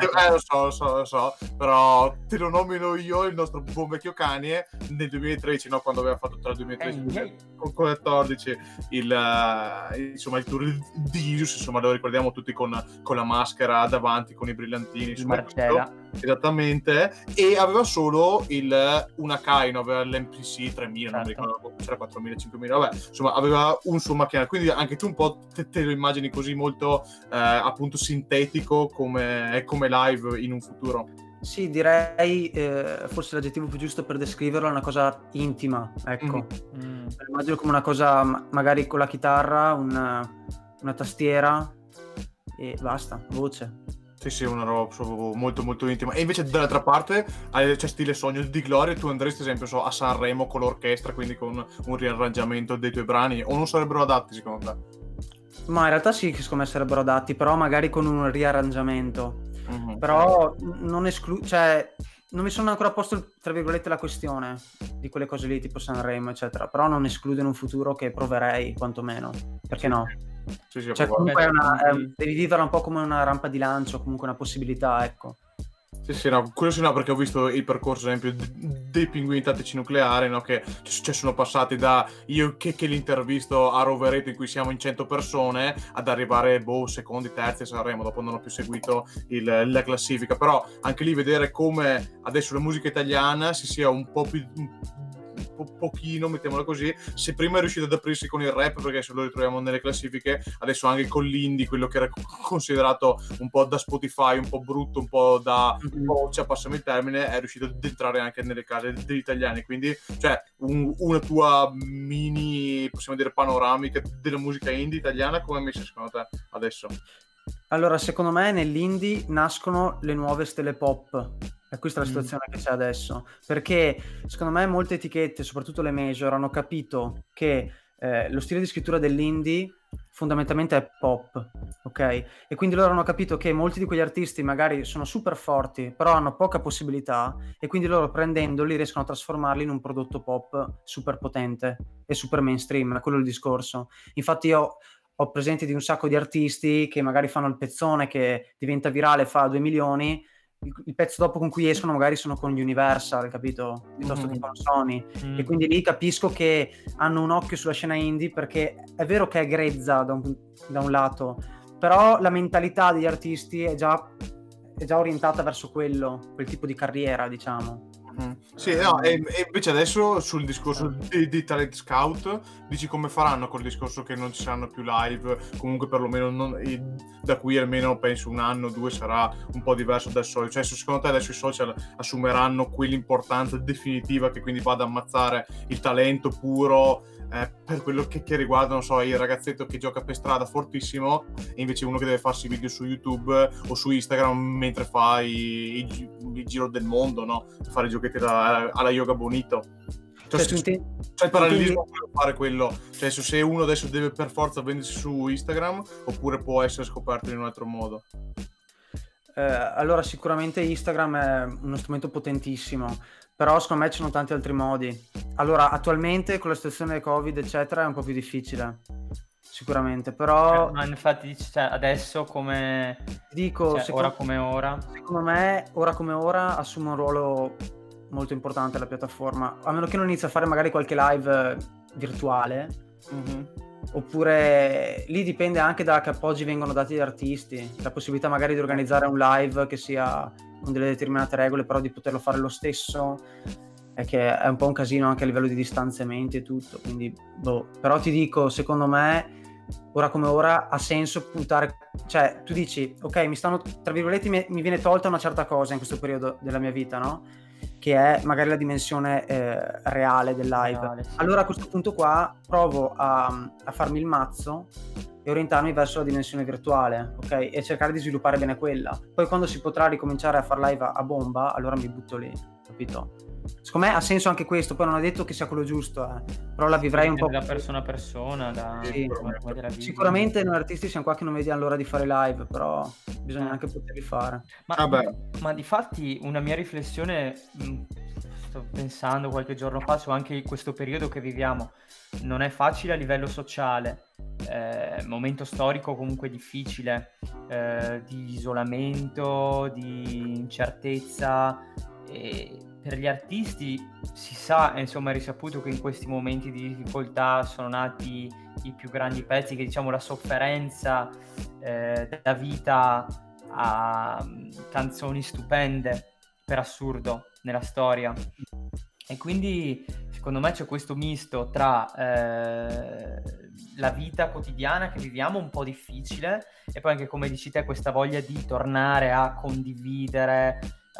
lo so, però te lo nomino io, il nostro buon vecchio Kanye, nel 2013, no? Quando aveva fatto tra il 2013 e il 2014 insomma, il tour di Isus, insomma, lo ricordiamo tutti con la maschera davanti, con i brillantini, insomma, Marcella. esattamente, e aveva solo una Kaino, aveva l'MPC 3000, non mi Certo. ricordo, c'era 4000, 5000, vabbè, insomma, aveva un suo macchinario, quindi anche tu un po' te lo immagini così molto appunto sintetico come live in un futuro. Sì, direi forse l'aggettivo più giusto per descriverlo è una cosa intima, ecco. Mm. Lo immagino come una cosa magari con la chitarra, una tastiera e basta, voce. Sì, una roba proprio molto molto intima. E invece dall'altra parte c'è stile Sogno di Gloria, tu andresti ad esempio a Sanremo con l'orchestra, quindi con un riarrangiamento dei tuoi brani, o non sarebbero adatti secondo te? Ma in realtà sì, che secondo me sarebbero adatti, però magari con un riarrangiamento. Mhm. Però non cioè non mi sono ancora posto, tra virgolette, la questione di quelle cose lì, tipo Sanremo, eccetera. Però non escludo in un futuro che proverei, quantomeno. Perché no? Sì, Cioè comunque devi viverla un po' come una rampa di lancio, comunque una possibilità, ecco. Sì, no, quello sì, no, perché ho visto il percorso, ad esempio, dei Pinguini Tattici Nucleari, no, che sono passati da io che l'intervisto a Rovereto in cui siamo in 100 persone ad arrivare, secondi, terzi a Sanremo, dopo non ho più seguito la classifica, però anche lì vedere come adesso la musica italiana si sia un po' più pochino, mettiamola così, se prima è riuscito ad aprirsi con il rap perché se lo ritroviamo nelle classifiche, adesso anche con l'indie, quello che era considerato un po' da Spotify, un po' brutto, un po' da cioè, passami il termine, è riuscito ad entrare anche nelle case degli italiani, quindi cioè una tua mini, possiamo dire, panoramica della musica indie italiana, come è messa secondo te adesso? Allora, secondo me nell'indie nascono le nuove stelle pop. E questa è la situazione che c'è adesso. Perché secondo me molte etichette, soprattutto le major, hanno capito che lo stile di scrittura dell'indie fondamentalmente è pop, ok? E quindi loro hanno capito che molti di quegli artisti magari sono super forti, però hanno poca possibilità, e quindi loro prendendoli riescono a trasformarli in un prodotto pop super potente e super mainstream. È quello il discorso. Infatti io ho presente di un sacco di artisti che magari fanno il pezzone che diventa virale, fa 2 milioni, il pezzo dopo con cui escono magari sono con Universal, capito? Piuttosto che con Sony. E quindi lì capisco che hanno un occhio sulla scena indie, perché è vero che è grezza da un lato, però la mentalità degli artisti è già orientata verso quel tipo di carriera, diciamo. Sì, no, e invece adesso sul discorso di Talent Scout, dici come faranno col discorso che non ci saranno più live, comunque perlomeno da qui almeno penso un anno o due sarà un po' diverso dal solito, cioè secondo te adesso i social assumeranno quell'importanza definitiva che quindi va ad ammazzare il talento puro per quello che riguarda, non so, il ragazzetto che gioca per strada fortissimo e invece uno che deve farsi video su YouTube o su Instagram mentre fa il giro del mondo, no? Fare i giochetti alla Yoga Bonito. Cioè il parallelismo può fare quello, cioè se uno adesso deve per forza vendersi su Instagram oppure può essere scoperto in un altro modo. Allora sicuramente Instagram è uno strumento potentissimo, però secondo me ci sono tanti altri modi. Allora attualmente con la situazione del Covid eccetera è un po' più difficile sicuramente, però ma infatti cioè, adesso come dico, ora come ora, secondo me ora come ora assume un ruolo molto importante la piattaforma, a meno che non inizi a fare magari qualche live virtuale. Oppure lì dipende anche da che appoggi vengono dati agli artisti, la possibilità magari di organizzare un live che sia con delle determinate regole, però di poterlo fare lo stesso, è che è un po' un casino anche a livello di distanziamenti e tutto, quindi però ti dico, secondo me ora come ora ha senso puntare, cioè tu dici ok, mi stanno, tra virgolette, mi viene tolta una certa cosa in questo periodo della mia vita, no? Che è magari la dimensione reale del live. Sì. Allora a questo punto qua provo a farmi il mazzo e orientarmi verso la dimensione virtuale, ok? E cercare di sviluppare bene quella. Poi quando si potrà ricominciare a far live a bomba, allora mi butto lì, capito? Secondo me ha senso anche questo, poi non ho detto che sia quello giusto, però la vivrei un po' da persona a persona, sì. Sicuramente noi artisti siamo qua che non vediamo l'ora di fare live, però bisogna anche poterli fare. Ma di fatti una mia riflessione, sto pensando qualche giorno fa su anche questo periodo che viviamo, non è facile a livello sociale, momento storico comunque difficile, di isolamento, di incertezza, e per gli artisti si sa, insomma è risaputo che in questi momenti di difficoltà sono nati i più grandi pezzi, che diciamo la sofferenza dà vita a canzoni stupende per assurdo nella storia, e quindi secondo me c'è questo misto tra la vita quotidiana che viviamo un po' difficile e poi anche, come dici te, questa voglia di tornare a condividere,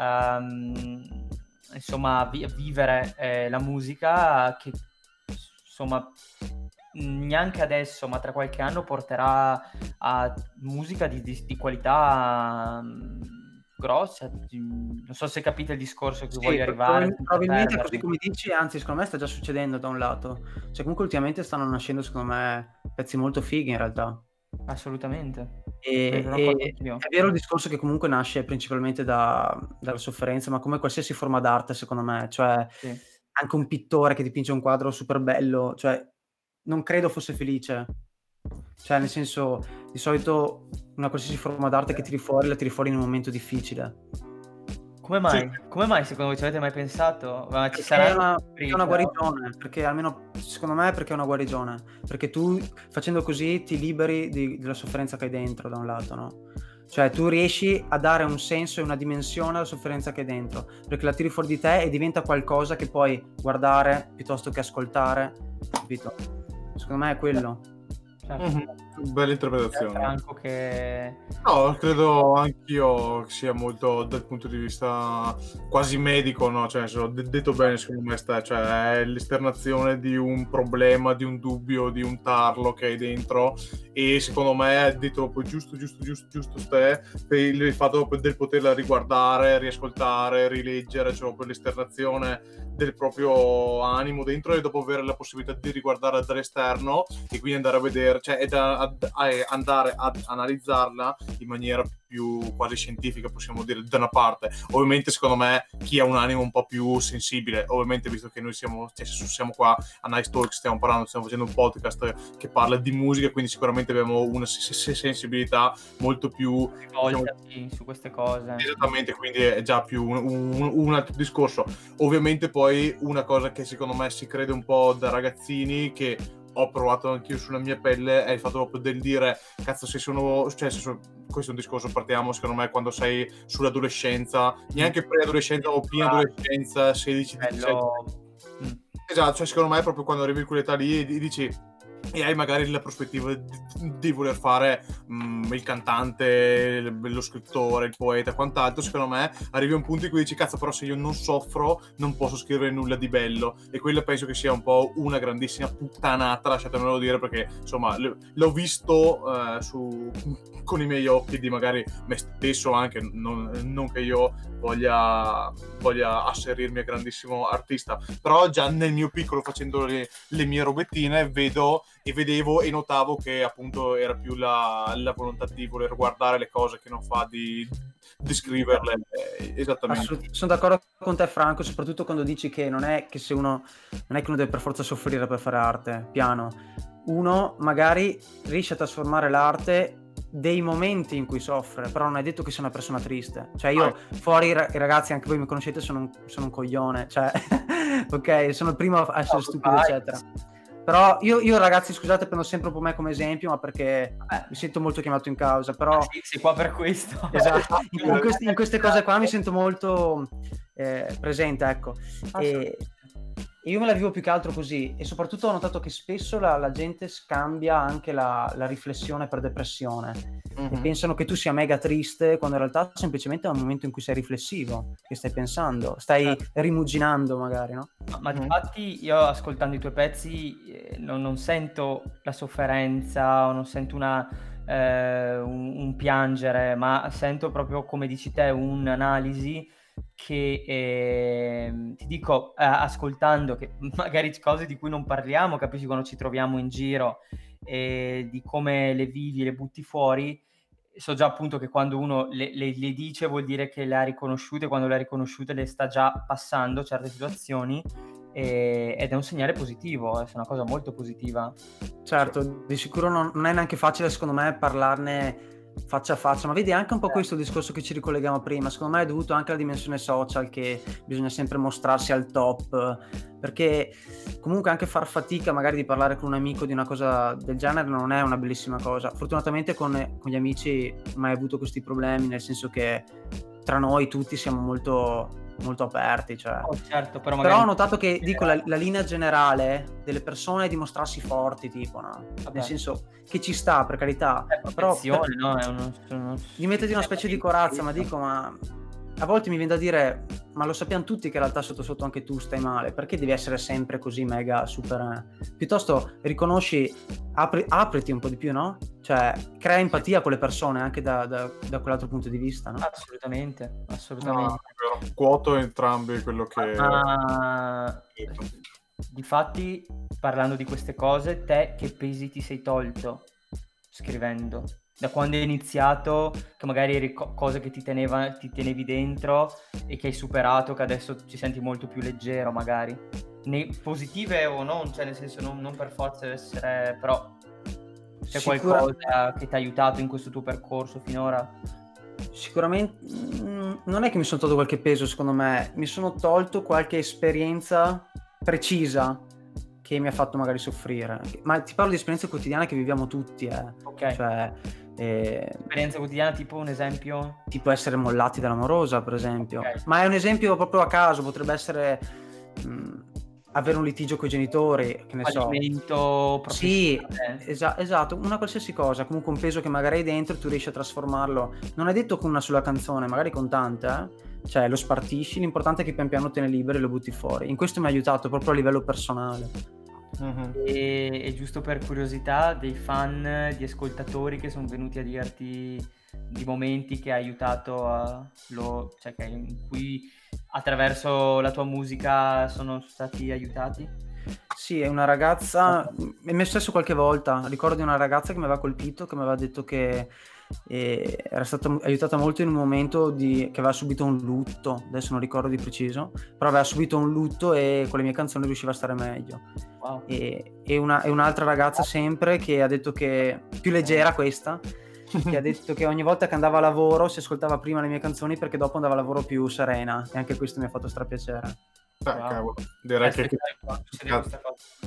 insomma vivere la musica che insomma neanche adesso ma tra qualche anno porterà a musica di qualità grossa. Non so se capite il discorso che voglio arrivare. Probabilmente così come dici, anzi secondo me sta già succedendo da un lato, cioè comunque ultimamente stanno nascendo secondo me pezzi molto fighi in realtà. Assolutamente. E è vero il discorso che comunque nasce principalmente dalla sofferenza, ma come qualsiasi forma d'arte secondo me, cioè sì. Anche un pittore che dipinge un quadro super bello, cioè non credo fosse felice, cioè nel senso di solito una qualsiasi forma d'arte che tiri fuori la tiri fuori in un momento difficile. Come mai? Sì. Come mai secondo voi ci avete mai pensato? Ma ci sarà è una guarigione, perché almeno secondo me perché è una guarigione, perché tu facendo così ti liberi della sofferenza che hai dentro da un lato, no? Cioè tu riesci a dare un senso e una dimensione alla sofferenza che hai dentro, perché la tiri fuori di te e diventa qualcosa che puoi guardare piuttosto che ascoltare, capito? Secondo me è quello. Bella interpretazione. Franco che... No, credo anch'io sia molto dal punto di vista quasi medico, no? Cioè, detto bene, secondo me cioè è l'esternazione di un problema, di un dubbio, di un tarlo che hai dentro, e secondo me è detto proprio giusto per il fatto del poterla riguardare, riascoltare, rileggere, cioè proprio l'esternazione del proprio animo dentro, e dopo avere la possibilità di riguardare dall'esterno e quindi andare a vedere, cioè andare ad analizzarla in maniera più quasi scientifica, possiamo dire, da una parte. Ovviamente secondo me chi ha un animo un po' più sensibile, ovviamente, visto che noi siamo qua a Nice Talk, stiamo facendo un podcast che parla di musica, quindi sicuramente abbiamo una sensibilità molto più su queste cose. Esattamente, quindi è già più un altro discorso. Ovviamente poi una cosa che secondo me si crede un po' da ragazzini, che ho provato anch'io sulla mia pelle, è il fatto proprio del dire, cazzo, questo è un discorso, partiamo secondo me quando sei sull'adolescenza, neanche preadolescenza o piena adolescenza, 16, 17. Esatto, cioè secondo me è proprio quando arrivi in quell'età lì e dici, e hai magari la prospettiva di voler fare il cantante, lo scrittore, il poeta e quant'altro. Secondo me arrivi a un punto in cui dici, cazzo, però se io non soffro non posso scrivere nulla di bello, e quello penso che sia un po' una grandissima puttanata, lasciatemelo dire, perché insomma l'ho visto con i miei occhi di magari me stesso, anche non che io voglia asserirmi a grandissimo artista, però già nel mio piccolo, facendo le mie robettine, vedevo e notavo che appunto era più la volontà di voler guardare le cose che non fa di scriverle esattamente. Sono d'accordo con te, Franco, soprattutto quando dici che non è che uno deve per forza soffrire per fare arte. Piano, uno magari riesce a trasformare l'arte dei momenti in cui soffre, però non è detto che sia una persona triste. Cioè io fuori, ragazzi, anche voi mi conoscete, sono un coglione, cioè ok, sono il primo a essere stupido eccetera, però io ragazzi, scusate, prendo sempre un po' me come esempio, ma perché mi sento molto chiamato in causa, però sì, sei qua per questo. Esatto. in queste cose qua mi sento molto presente, ecco, e io me la vivo più che altro così, e soprattutto ho notato che spesso la gente scambia anche la riflessione per depressione, e pensano che tu sia mega triste, quando in realtà semplicemente è un momento in cui sei riflessivo, che stai pensando, stai rimuginando magari, no? Ma infatti io, ascoltando i tuoi pezzi, non sento la sofferenza, o non sento un piangere, ma sento proprio, come dici te, un'analisi che ti dico, ascoltando, che magari cose di cui non parliamo, capisci, quando ci troviamo in giro, e di come le vivi e le butti fuori, so già appunto che quando uno le dice vuol dire che le ha riconosciute, quando le ha riconosciute le sta già passando certe situazioni, ed è un segnale positivo, è una cosa molto positiva. Certo, di sicuro non è neanche facile, secondo me, parlarne faccia a faccia, ma vedi anche un po' questo discorso che ci ricolleghiamo prima, secondo me è dovuto anche alla dimensione social, che bisogna sempre mostrarsi al top, perché comunque anche far fatica magari di parlare con un amico di una cosa del genere non è una bellissima cosa. Fortunatamente con gli amici mai avuto questi problemi, nel senso che tra noi tutti siamo molto aperti, cioè. Certo, però ho notato che, dico, la linea generale delle persone è dimostrarsi forti, tipo, no? Nel senso che ci sta, per carità, però no? Gli mettete una specie di corazza, ma a volte mi viene da dire, ma lo sappiamo tutti che in realtà sotto sotto anche tu stai male, perché devi essere sempre così mega super? Piuttosto riconosci, apriti un po' di più, no? Cioè crea empatia con le persone anche da quell'altro punto di vista, no? Assolutamente. No, quoto entrambi quello che difatti, parlando di queste cose, te che pesi ti sei tolto scrivendo? Da quando hai iniziato, che magari eri cose che ti tenevi dentro e che hai superato, che adesso ci senti molto più leggero magari, positive o non, cioè nel senso non per forza deve essere, però c'è qualcosa che ti ha aiutato in questo tuo percorso finora? Sicuramente non è che mi sono tolto qualche peso, secondo me mi sono tolto qualche esperienza precisa che mi ha fatto magari soffrire, ma ti parlo di esperienze quotidiane che viviamo tutti, ok, cioè esperienza quotidiana, tipo un esempio? Tipo essere mollati dall'amorosa, per esempio, okay. Ma è un esempio proprio a caso, potrebbe essere avere un litigio con i genitori, che ne so, sì, esatto, una qualsiasi cosa, comunque un peso che magari hai dentro, tu riesci a trasformarlo, non è detto con una sola canzone, magari con tante, cioè lo spartisci, l'importante è che pian piano te ne liberi e lo butti fuori. In questo mi ha aiutato proprio a livello personale. E giusto per curiosità, dei fan, di ascoltatori che sono venuti a dirti di momenti che hai aiutato cioè che in cui attraverso la tua musica sono stati aiutati? Sì, è una ragazza, mi è successo qualche volta, ricordo di una ragazza che mi aveva colpito, che mi aveva detto che era stata aiutata molto in un momento che aveva subito un lutto, adesso non ricordo di preciso, però aveva subito un lutto e con le mie canzoni riusciva a stare meglio. Wow. E un'altra ragazza sempre che ha detto che, più leggera questa, che ha detto che ogni volta che andava a lavoro si ascoltava prima le mie canzoni perché dopo andava a lavoro più serena, e anche questo mi ha fatto strapiacere. Cavolo, direi che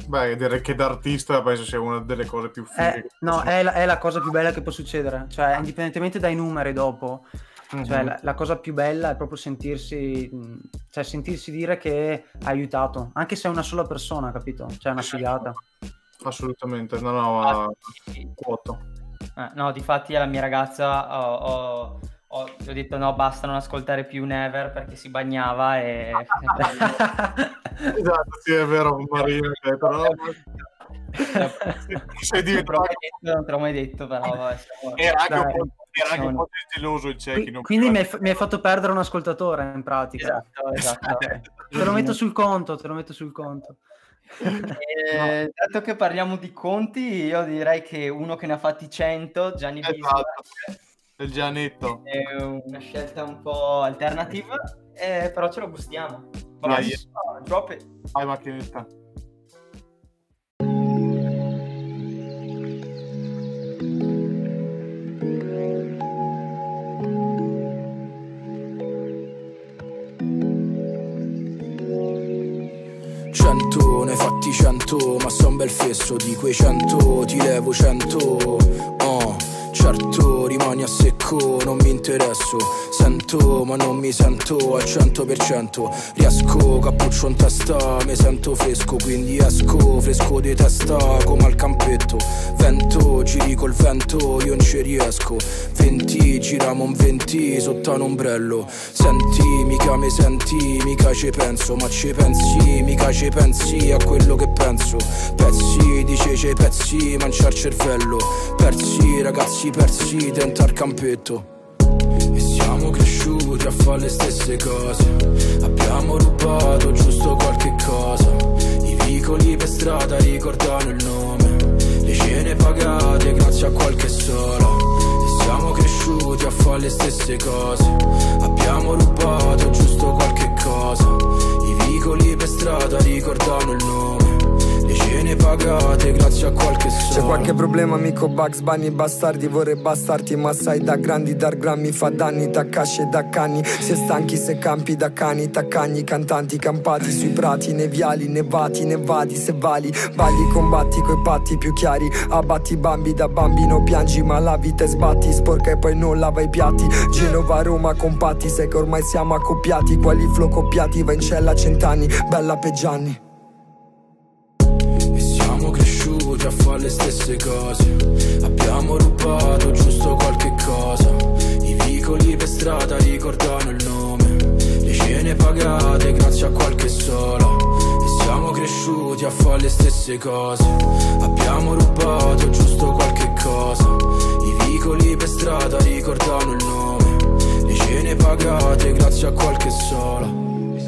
Beh, direi che da artista penso sia una delle cose più fighe. No, è la cosa più bella che può succedere, cioè indipendentemente dai numeri dopo, cioè la cosa più bella è proprio sentirsi dire che ha aiutato, anche se è una sola persona, capito? Cioè è una figata. Assolutamente, no, quoto. No, difatti alla mia ragazza ho detto no, basta non ascoltare più Never perché si bagnava e... Esatto, sì, è vero, Marino, però... sei diventato... Non te l'ho mai detto, però vabbè, era anche un po' geloso il Cecchi. Quindi mi hai fatto perdere un ascoltatore in pratica. Esatto. Te lo metto sul conto. Dato che parliamo di conti, io direi che uno che ne ha fatti 100, Gianni Bismarck, il Gianetto, è una scelta un po' alternativa, però ce lo gustiamo. Vabbè, drop it. Vai macchinetta. Ne hai fatti 100, ma son bel fesso. Di quei 100 ti levo 100. Certo, rimani a secco, non mi interesso. Sento, ma non mi sento al 100%. Riesco, cappuccio in testa, mi sento fresco. Quindi esco, fresco di testa, come al campetto. Vento, giri col vento, io non ci riesco. 20, giriamo un 20 sotto un ombrello. Senti, mica mi senti, mica ci penso. Ma ci pensi, mica ci pensi a quello che penso. Pezzi, dice c'è pezzi, manciar cervello. Persi, ragazzi persi dentro al campetto. E siamo cresciuti a fare le stesse cose. Abbiamo rubato giusto qualche cosa. I vicoli per strada ricordano il nome. Le cene pagate grazie a qualche sola. E siamo cresciuti a fare le stesse cose. Abbiamo rubato giusto qualche cosa. I vicoli per strada ricordano il nome. Le cene pagate grazie a qualche soldo. C'è qualche problema amico Bugs Bunny, bastardi vorrei bastarti, ma sai da grandi dar grammi fa danni, Takashi e da cani. Si è stanchi se campi da cani, taccagni, cantanti campati sui prati, neviali, nevati, nevati, se vali, balli, combatti coi patti più chiari, abbatti bambi da bambino, piangi ma la vita e sbatti, sporca e poi non lava i piatti. Genova, Roma, compatti, sai che ormai siamo accoppiati, quali flow copiati, va in cella 100 anni, bella Peggianni. A fare le stesse cose. Abbiamo rubato giusto qualche cosa. I vicoli per strada ricordano il nome. Le cene pagate grazie a qualche sola. E siamo cresciuti a fare le stesse cose. Abbiamo rubato giusto qualche cosa. I vicoli per strada ricordano il nome. Le cene pagate grazie a qualche sola.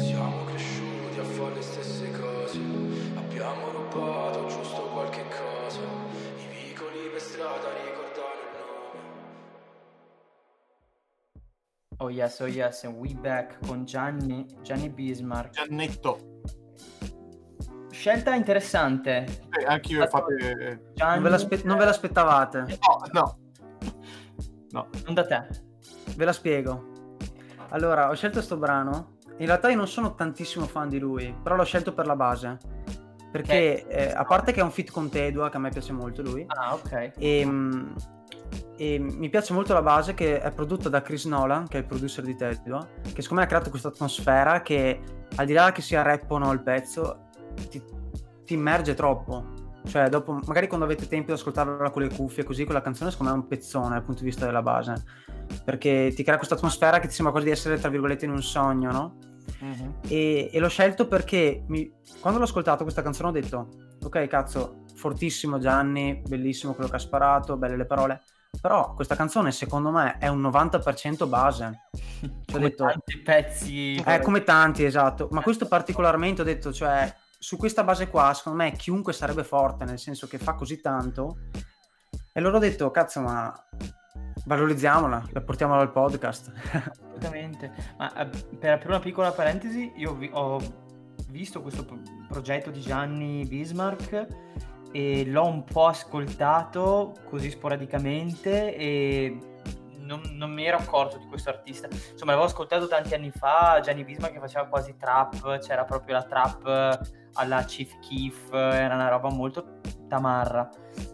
Oh yes, and we back con Gianni Bismarck. Giannetto. Scelta interessante. Anche io fate... Non ve l'aspettavate? No. Non da te. Ve la spiego. Allora, ho scelto sto brano. In realtà io non sono tantissimo fan di lui, però l'ho scelto per la base. Perché, a parte che è un feat con Tedua, che a me piace molto lui. Ah, ok. E mi piace molto la base, che è prodotta da Chris Nolan, che è il producer di Tedua, che secondo me ha creato questa atmosfera che, al di là che sia rap o no il pezzo, ti immerge troppo. Cioè, dopo, magari quando avete tempo di ascoltarla con le cuffie così, quella canzone secondo me è un pezzone dal punto di vista della base, perché ti crea questa atmosfera che ti sembra quasi di essere, tra virgolette, in un sogno, no? Uh-huh. E l'ho scelto perché quando l'ho ascoltato questa canzone ho detto ok, cazzo, fortissimo Gianni, bellissimo quello che ha sparato, belle le parole, però questa canzone secondo me è un 90% base. Come ho detto, tanti pezzi come tanti, esatto, ma questo particolarmente ho detto, cioè su questa base qua secondo me chiunque sarebbe forte, nel senso che fa così tanto, e loro ho detto cazzo, ma valorizziamola, la portiamola al podcast. Assolutamente. Ma per una piccola parentesi, io ho visto questo progetto di Gianni Bismarck e l'ho un po' ascoltato così sporadicamente e non mi ero accorto di questo artista. Insomma, l'avevo ascoltato tanti anni fa, Gianni Bismarck, che faceva quasi trap, c'era proprio la trap alla Chief Keef, era una roba molto tamarra.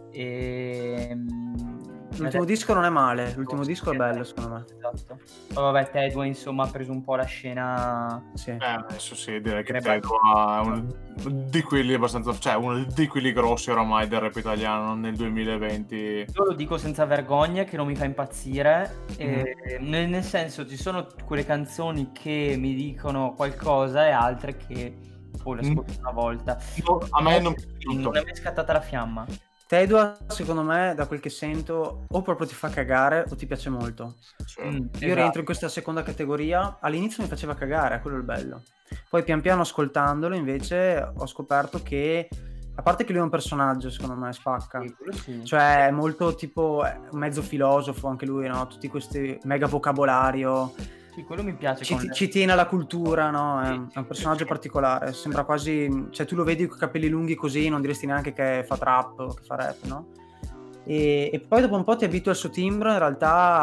L'ultimo disco non è male, l'ultimo disco è bello secondo me. Esatto. Poi vabbè, Tedua insomma ha preso un po' la scena. Sì. Adesso sì, direi che Tedua è uno di quelli abbastanza, cioè uno di quelli grossi oramai del rap italiano nel 2020. Io lo dico senza vergogna che non mi fa impazzire, nel senso ci sono quelle canzoni che mi dicono qualcosa e altre che le ascolto una volta. A me non è mai scattata la fiamma. Tedua, secondo me, da quel che sento, o proprio ti fa cagare o ti piace molto. Io rientro in questa seconda categoria. All'inizio mi faceva cagare, quello è il bello. Poi pian piano ascoltandolo invece ho scoperto che, a parte che lui è un personaggio, secondo me spacca, cioè è molto tipo mezzo filosofo anche lui, no? Tutti questi mega vocabolario. Sì, quello mi piace. Ci tiene alla cultura, no? È un personaggio particolare, sembra quasi, cioè tu lo vedi con i capelli lunghi così, non diresti neanche che fa trap o che fa rap, no? E poi dopo un po' ti abitui al suo timbro, in realtà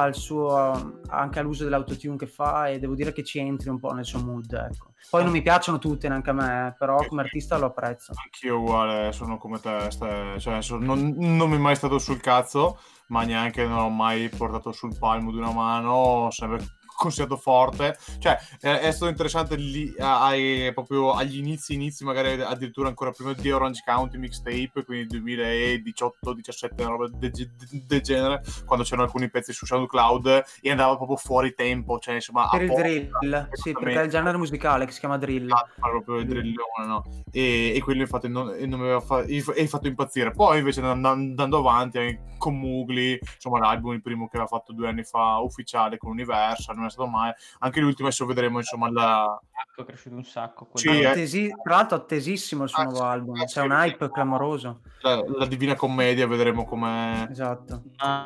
anche all'uso dell'autotune che fa, e devo dire che ci entri un po' nel suo mood, ecco. Poi non mi piacciono tutte neanche a me, però come artista lo apprezzo. Anch'io uguale, sono come te, cioè non mi è mai stato sul cazzo, ma neanche non ho mai portato sul palmo di una mano, sempre considerato forte, cioè è stato interessante lì proprio agli inizi magari addirittura ancora prima di Orange County Mixtape, quindi 2018-17, una roba del genere, quando c'erano alcuni pezzi su SoundCloud e andava proprio fuori tempo, cioè insomma per il drill, sì, perché è il genere musicale che si chiama drill, proprio il drillone, no? E quello infatti non mi aveva fatto impazzire. Poi invece andando avanti con Mugli, insomma l'album il primo che aveva fatto 2 anni fa ufficiale con Universal, non è stato male, anche l'ultimo adesso vedremo insomma è cresciuto un sacco, sì, tra l'altro attesissimo il suo nuovo album, c'è un hype clamoroso, la Divina Commedia, vedremo com'è. Esatto.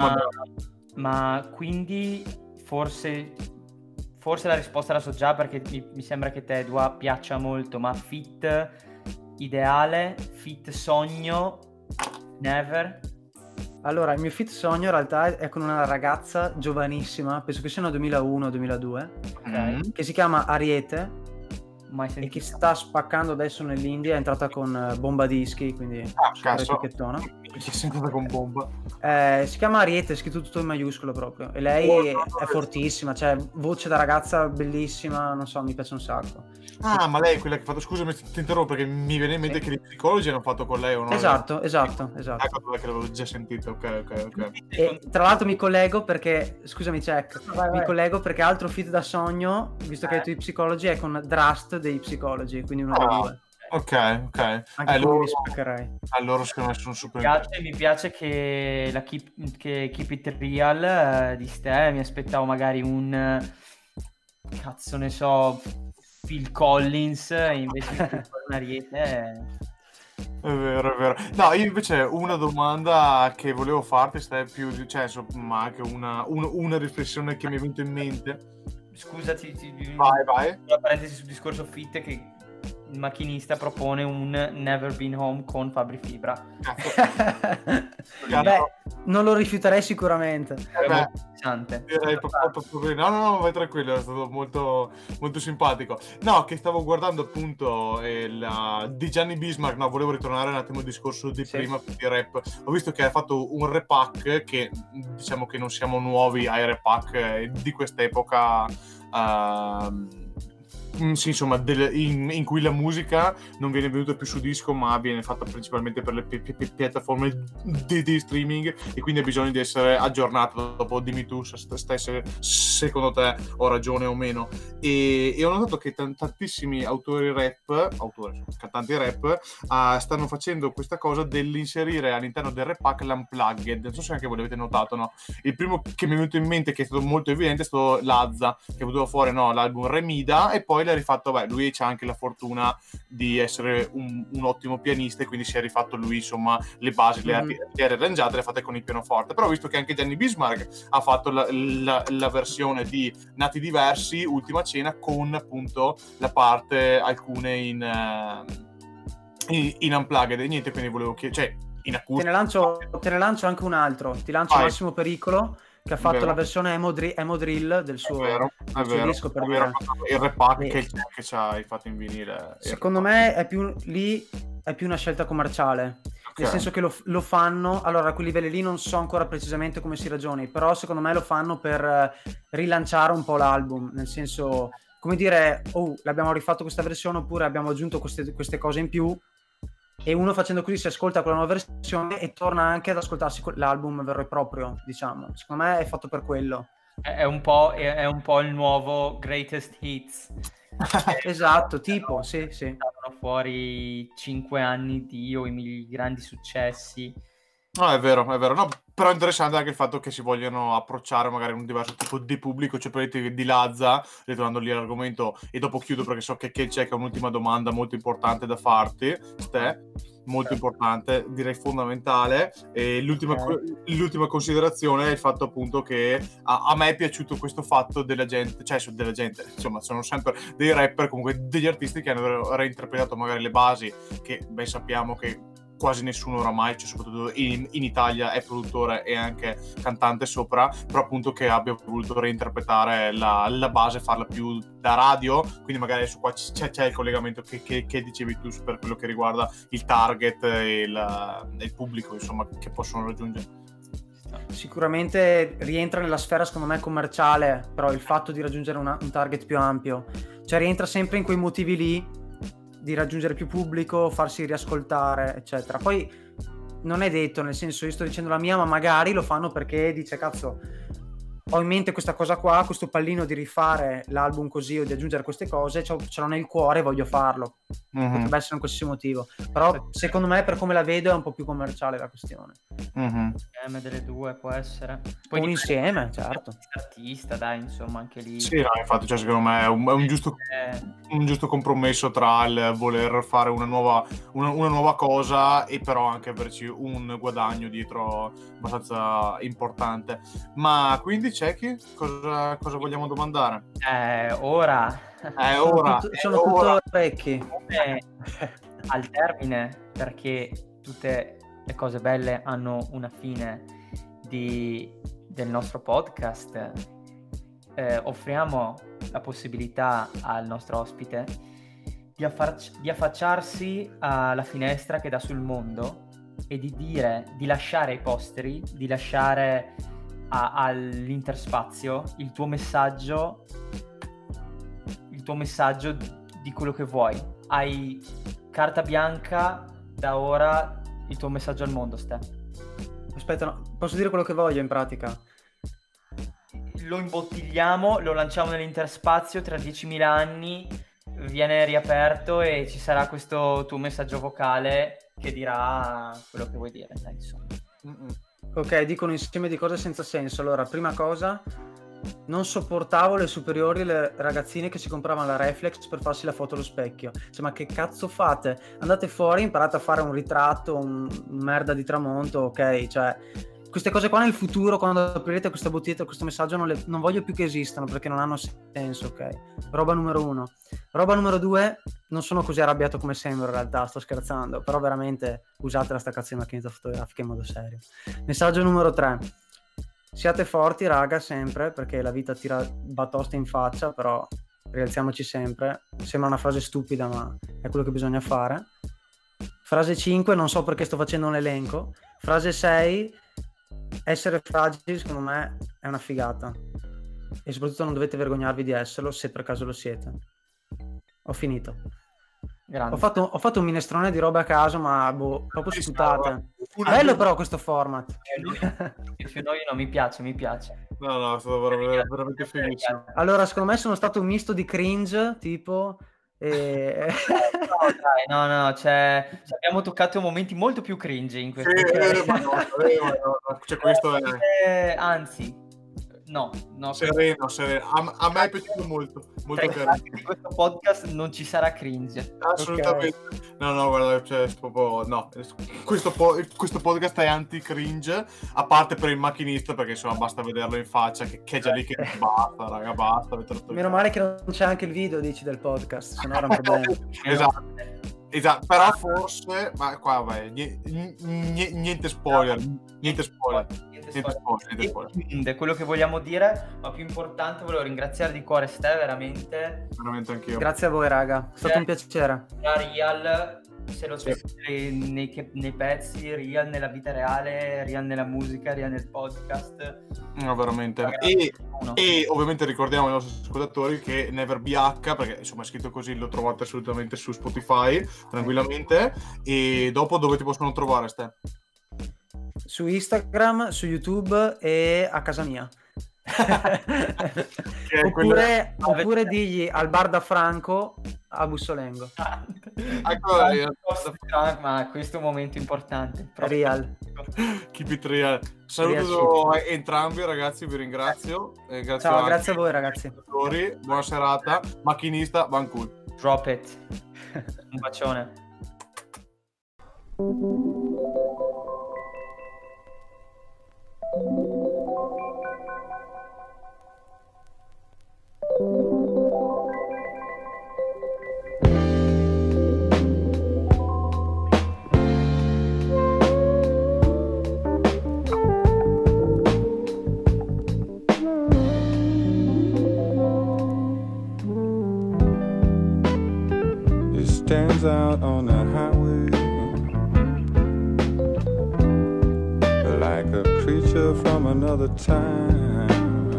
Ma quindi forse la risposta la so già, perché mi sembra che Tedua piaccia molto, ma fit ideale, fit sogno, never? Allora, il mio fit sogno in realtà è con una ragazza giovanissima, penso che sia nel 2001-2002, che si chiama Ariete, e che sta spaccando adesso nell'India, è entrata con Bomba Dischi, quindi super etichettona. Chi è entrata con Bomba? Si chiama Ariete, è scritto tutto in maiuscolo proprio, e lei è fortissima, cioè voce da ragazza bellissima, non so, mi piace un sacco. Ma lei è quella che ha fatto, scusami ti interrompo perché mi viene in mente che gli psicologi hanno fatto con lei o no? Esatto. Ecco, che l'avevo già sentito, ok. E tra l'altro mi collego perché, scusami Check, mi collego perché altro fit da sogno, visto che hai detto i psicologi, è con Drust dei psicologi, quindi uno dei due. Ok. Anche allora, mi spaccherei. Allora secondo me sono super mi piace che Keep It Real di ste, mi aspettavo magari un cazzo ne so, Phil Collins, invece una Ariete. È vero. No, io invece una domanda che volevo farti, cioè insomma anche una riflessione che mi è venuta in mente. Scusati, vai. Una parentesi sul discorso fit, che il macchinista propone un Never Been Home con Fabri Fibra. Beh, non lo rifiuterei sicuramente. Direi proprio no, vai tranquillo, è stato molto, molto simpatico. No, che stavo guardando appunto di Gianni Bismarck, no, volevo ritornare un attimo al discorso di prima di rap. Ho visto che ha fatto un rap pack, che diciamo che non siamo nuovi ai rap pack di quest'epoca, sì, insomma, in cui la musica non viene venuta più su disco, ma viene fatta principalmente per le piattaforme di streaming, e quindi ha bisogno di essere aggiornata. Dopo dimmi tu se secondo te ho ragione o meno. E ho notato che tantissimi cantanti rap stanno facendo questa cosa dell'inserire all'interno del rap pack l'unplugged. Non so se anche voi l'avete notato, no? Il primo che mi è venuto in mente, che è stato molto evidente, è stato Lazza, che ha venuto fuori l'album Remida, e poi l'ha rifatto, lui c'ha anche la fortuna di essere un ottimo pianista, e quindi si è rifatto lui insomma le basi, le ha riarrangiate, le ha fatte con il pianoforte. Però ho visto che anche Gianni Bismarck ha fatto la versione di Nati Diversi, Ultima Cena, con appunto la parte alcune in unplugged, e niente, quindi volevo chiedere, cioè in acustico. Te ne lancio anche un altro, ti lancio Massimo Pericolo, che ha fatto Vero. la versione emo drill del suo, È del suo vero, disco, per è vero. dire. Il repack E- che ci hai fatto in vinile. Secondo me è più una scelta commerciale, Ok. nel senso che lo fanno, allora a quei livelli lì non so ancora precisamente come si ragioni, però secondo me lo fanno per rilanciare un po' l'album, nel senso, come dire, oh, l'abbiamo rifatto questa versione, oppure abbiamo aggiunto queste cose in più, e uno facendo così si ascolta quella nuova versione e torna anche ad ascoltarsi l'album vero e proprio, diciamo. Secondo me è fatto per quello. È un po' il nuovo Greatest Hits. Esatto, tipo, sì. Stavano fuori 5 anni di i grandi successi. No, è vero. No, però è interessante anche il fatto che si vogliono approcciare magari un diverso tipo di pubblico, cioè per dire di Lazza, ritornando lì all'argomento, e dopo chiudo perché so che c'è un'ultima domanda molto importante da farti, molto importante, direi fondamentale, e l'ultima considerazione è il fatto appunto che a me è piaciuto questo fatto della gente, insomma sono sempre dei rapper, comunque degli artisti che hanno reinterpretato magari le basi che ben sappiamo che quasi nessuno oramai, cioè soprattutto in Italia, è produttore e anche cantante sopra, però appunto che abbia voluto reinterpretare la base, farla più da radio, quindi magari adesso qua c'è il collegamento che dicevi tu per quello che riguarda il target e il pubblico, insomma, che possono raggiungere. Sicuramente rientra nella sfera, secondo me, commerciale, però il fatto di raggiungere un target più ampio, cioè rientra sempre in quei motivi lì di raggiungere più pubblico, farsi riascoltare, eccetera. Poi non è detto, nel senso, io sto dicendo la mia, ma magari lo fanno perché dice, cazzo, ho in mente questa cosa qua, questo pallino di rifare l'album così o di aggiungere queste cose, ce l'ho nel cuore e voglio farlo. Potrebbe essere un qualsiasi motivo, però secondo me, per come la vedo, è un po' più commerciale la questione. Insieme delle due può essere. Poi Un insieme, certo. Artista, dai, insomma, anche lì. Sì, no, infatti, cioè, secondo me è un giusto compromesso tra il voler fare una nuova cosa e però anche averci un guadagno dietro abbastanza importante. Ma quindi, Cecchi, cosa vogliamo domandare? Ora. Sono tutto orecchi. Al termine, perché tutte le cose belle hanno una fine del nostro podcast, offriamo la possibilità al nostro ospite di affacciarsi alla finestra che dà sul mondo e di lasciare ai posteri, di lasciare all'interspazio il tuo messaggio di quello che vuoi. Hai carta bianca, da ora il tuo messaggio al mondo, Ste. Aspetta, no, posso dire quello che voglio in pratica? Lo imbottigliamo, lo lanciamo nell'interspazio, tra 10.000 anni viene riaperto e ci sarà questo tuo messaggio vocale che dirà quello che vuoi dire, dai, insomma. Ok, dicono insieme di cose senza senso. Allora, prima cosa, non sopportavo le superiori, le ragazzine che si compravano la reflex per farsi la foto allo specchio. Cioè, ma che cazzo fate? Andate fuori, imparate a fare un ritratto, un merda di tramonto, ok? Cioè, queste cose qua nel futuro, quando aprirete questa bottiglietta, questo messaggio, non voglio più che esistano perché non hanno senso, ok? Roba numero 1. Roba numero 2, non sono così arrabbiato come sembro in realtà, sto scherzando, però veramente usate sta cazzo di macchinetta fotografica in modo serio. Messaggio numero 3. Siate forti, raga, sempre, perché la vita tira batoste in faccia, però rialziamoci sempre. Sembra una frase stupida, ma è quello che bisogna fare. Frase 5, non so perché sto facendo un elenco. Frase 6, essere fragili, secondo me, è una figata. E soprattutto non dovete vergognarvi di esserlo, se per caso lo siete. Ho finito. Grande. Ho fatto un minestrone di robe a caso, ma proprio sputate. Bello però questo format. No, mi piace. No, è stato veramente fighissimo. Allora, secondo me sono stato un misto di cringe, tipo... No, cioè, abbiamo toccato momenti molto più cringe in questo Cioè, questo è... Anzi, no. Sereno. A me è piaciuto molto carino. In questo podcast non ci sarà cringe. Assolutamente. Okay. No, guarda, cioè, proprio no. Questo podcast è anti-cringe, a parte per il macchinista, perché insomma basta vederlo in faccia che è già lì che basta, raga, basta. Meno male che non c'è anche il video, dici, del podcast, sennò era un problema. Esatto. Esatto, però forse, ma qua vabbè, niente spoiler, niente spoiler. Quindi, quello che vogliamo dire, ma più importante, volevo ringraziare di cuore Ste, veramente anch'io. Grazie a voi, raga, è stato un piacere. Real, se lo nei pezzi, real nella vita reale, real nella musica, real nel podcast. No, veramente. E ovviamente ricordiamo ai nostri ascoltatori che Never BH, perché insomma è scritto così, lo trovate assolutamente su Spotify tranquillamente. E dopo dove ti possono trovare, Ste? Su Instagram, su YouTube e a casa mia. oppure digli al bar da Franco a Bussolengo. Ma questo è un momento importante. Real. Keep it real. Saluto entrambi ragazzi, vi ringrazio. Ciao, grazie a voi ragazzi. Buona serata. Macchinista, van cool. Drop it. Un bacione. Stands out on the highway like a creature from another time.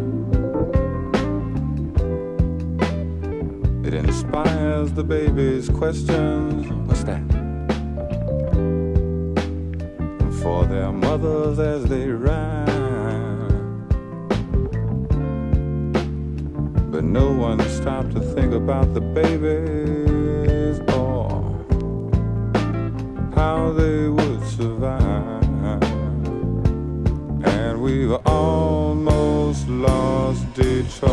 It inspires the baby's questions. What's that? For their mothers as they rhyme. But no one stopped to think about the babies or how they would survive. And we've almost lost Detroit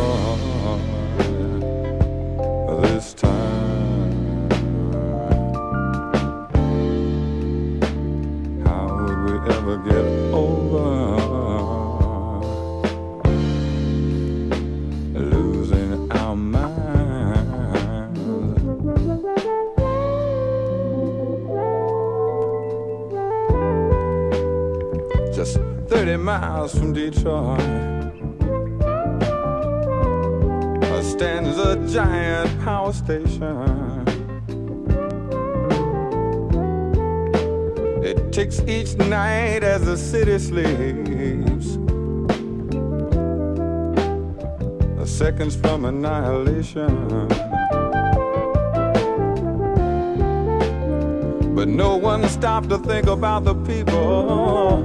this time. How would we ever get over losing our minds? Just 30 miles from Detroit stands a giant power station. It ticks each night as the city sleeps. Seconds from annihilation. But no one stopped to think about the people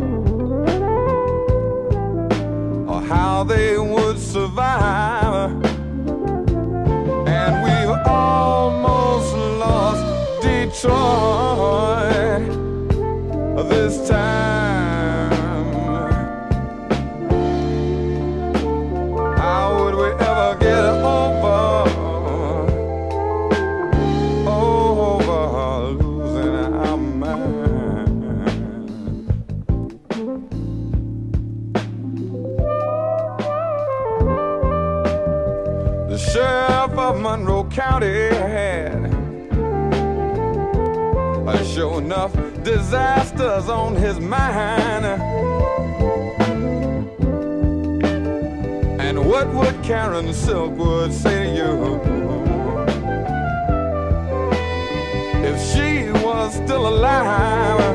or how they would survive. And we've almost lost Detroit this time. How would we ever get over losing our mind? The sheriff of Monroe County had sure enough disasters on his mind. And what would Karen Silkwood say to you if she was still alive?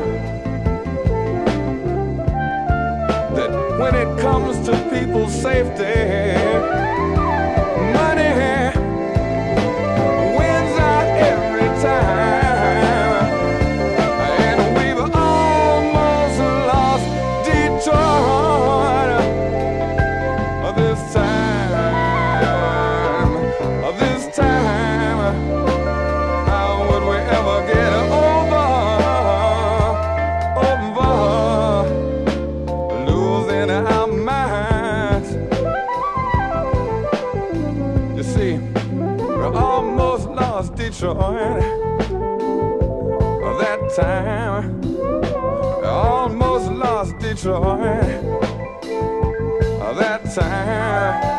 That when it comes to people's safety, money wins out every time. And we've almost lost Detroit this time. This time, how would we ever get over losing our minds? You see, we almost lost Detroit that time. We almost lost Detroit that time.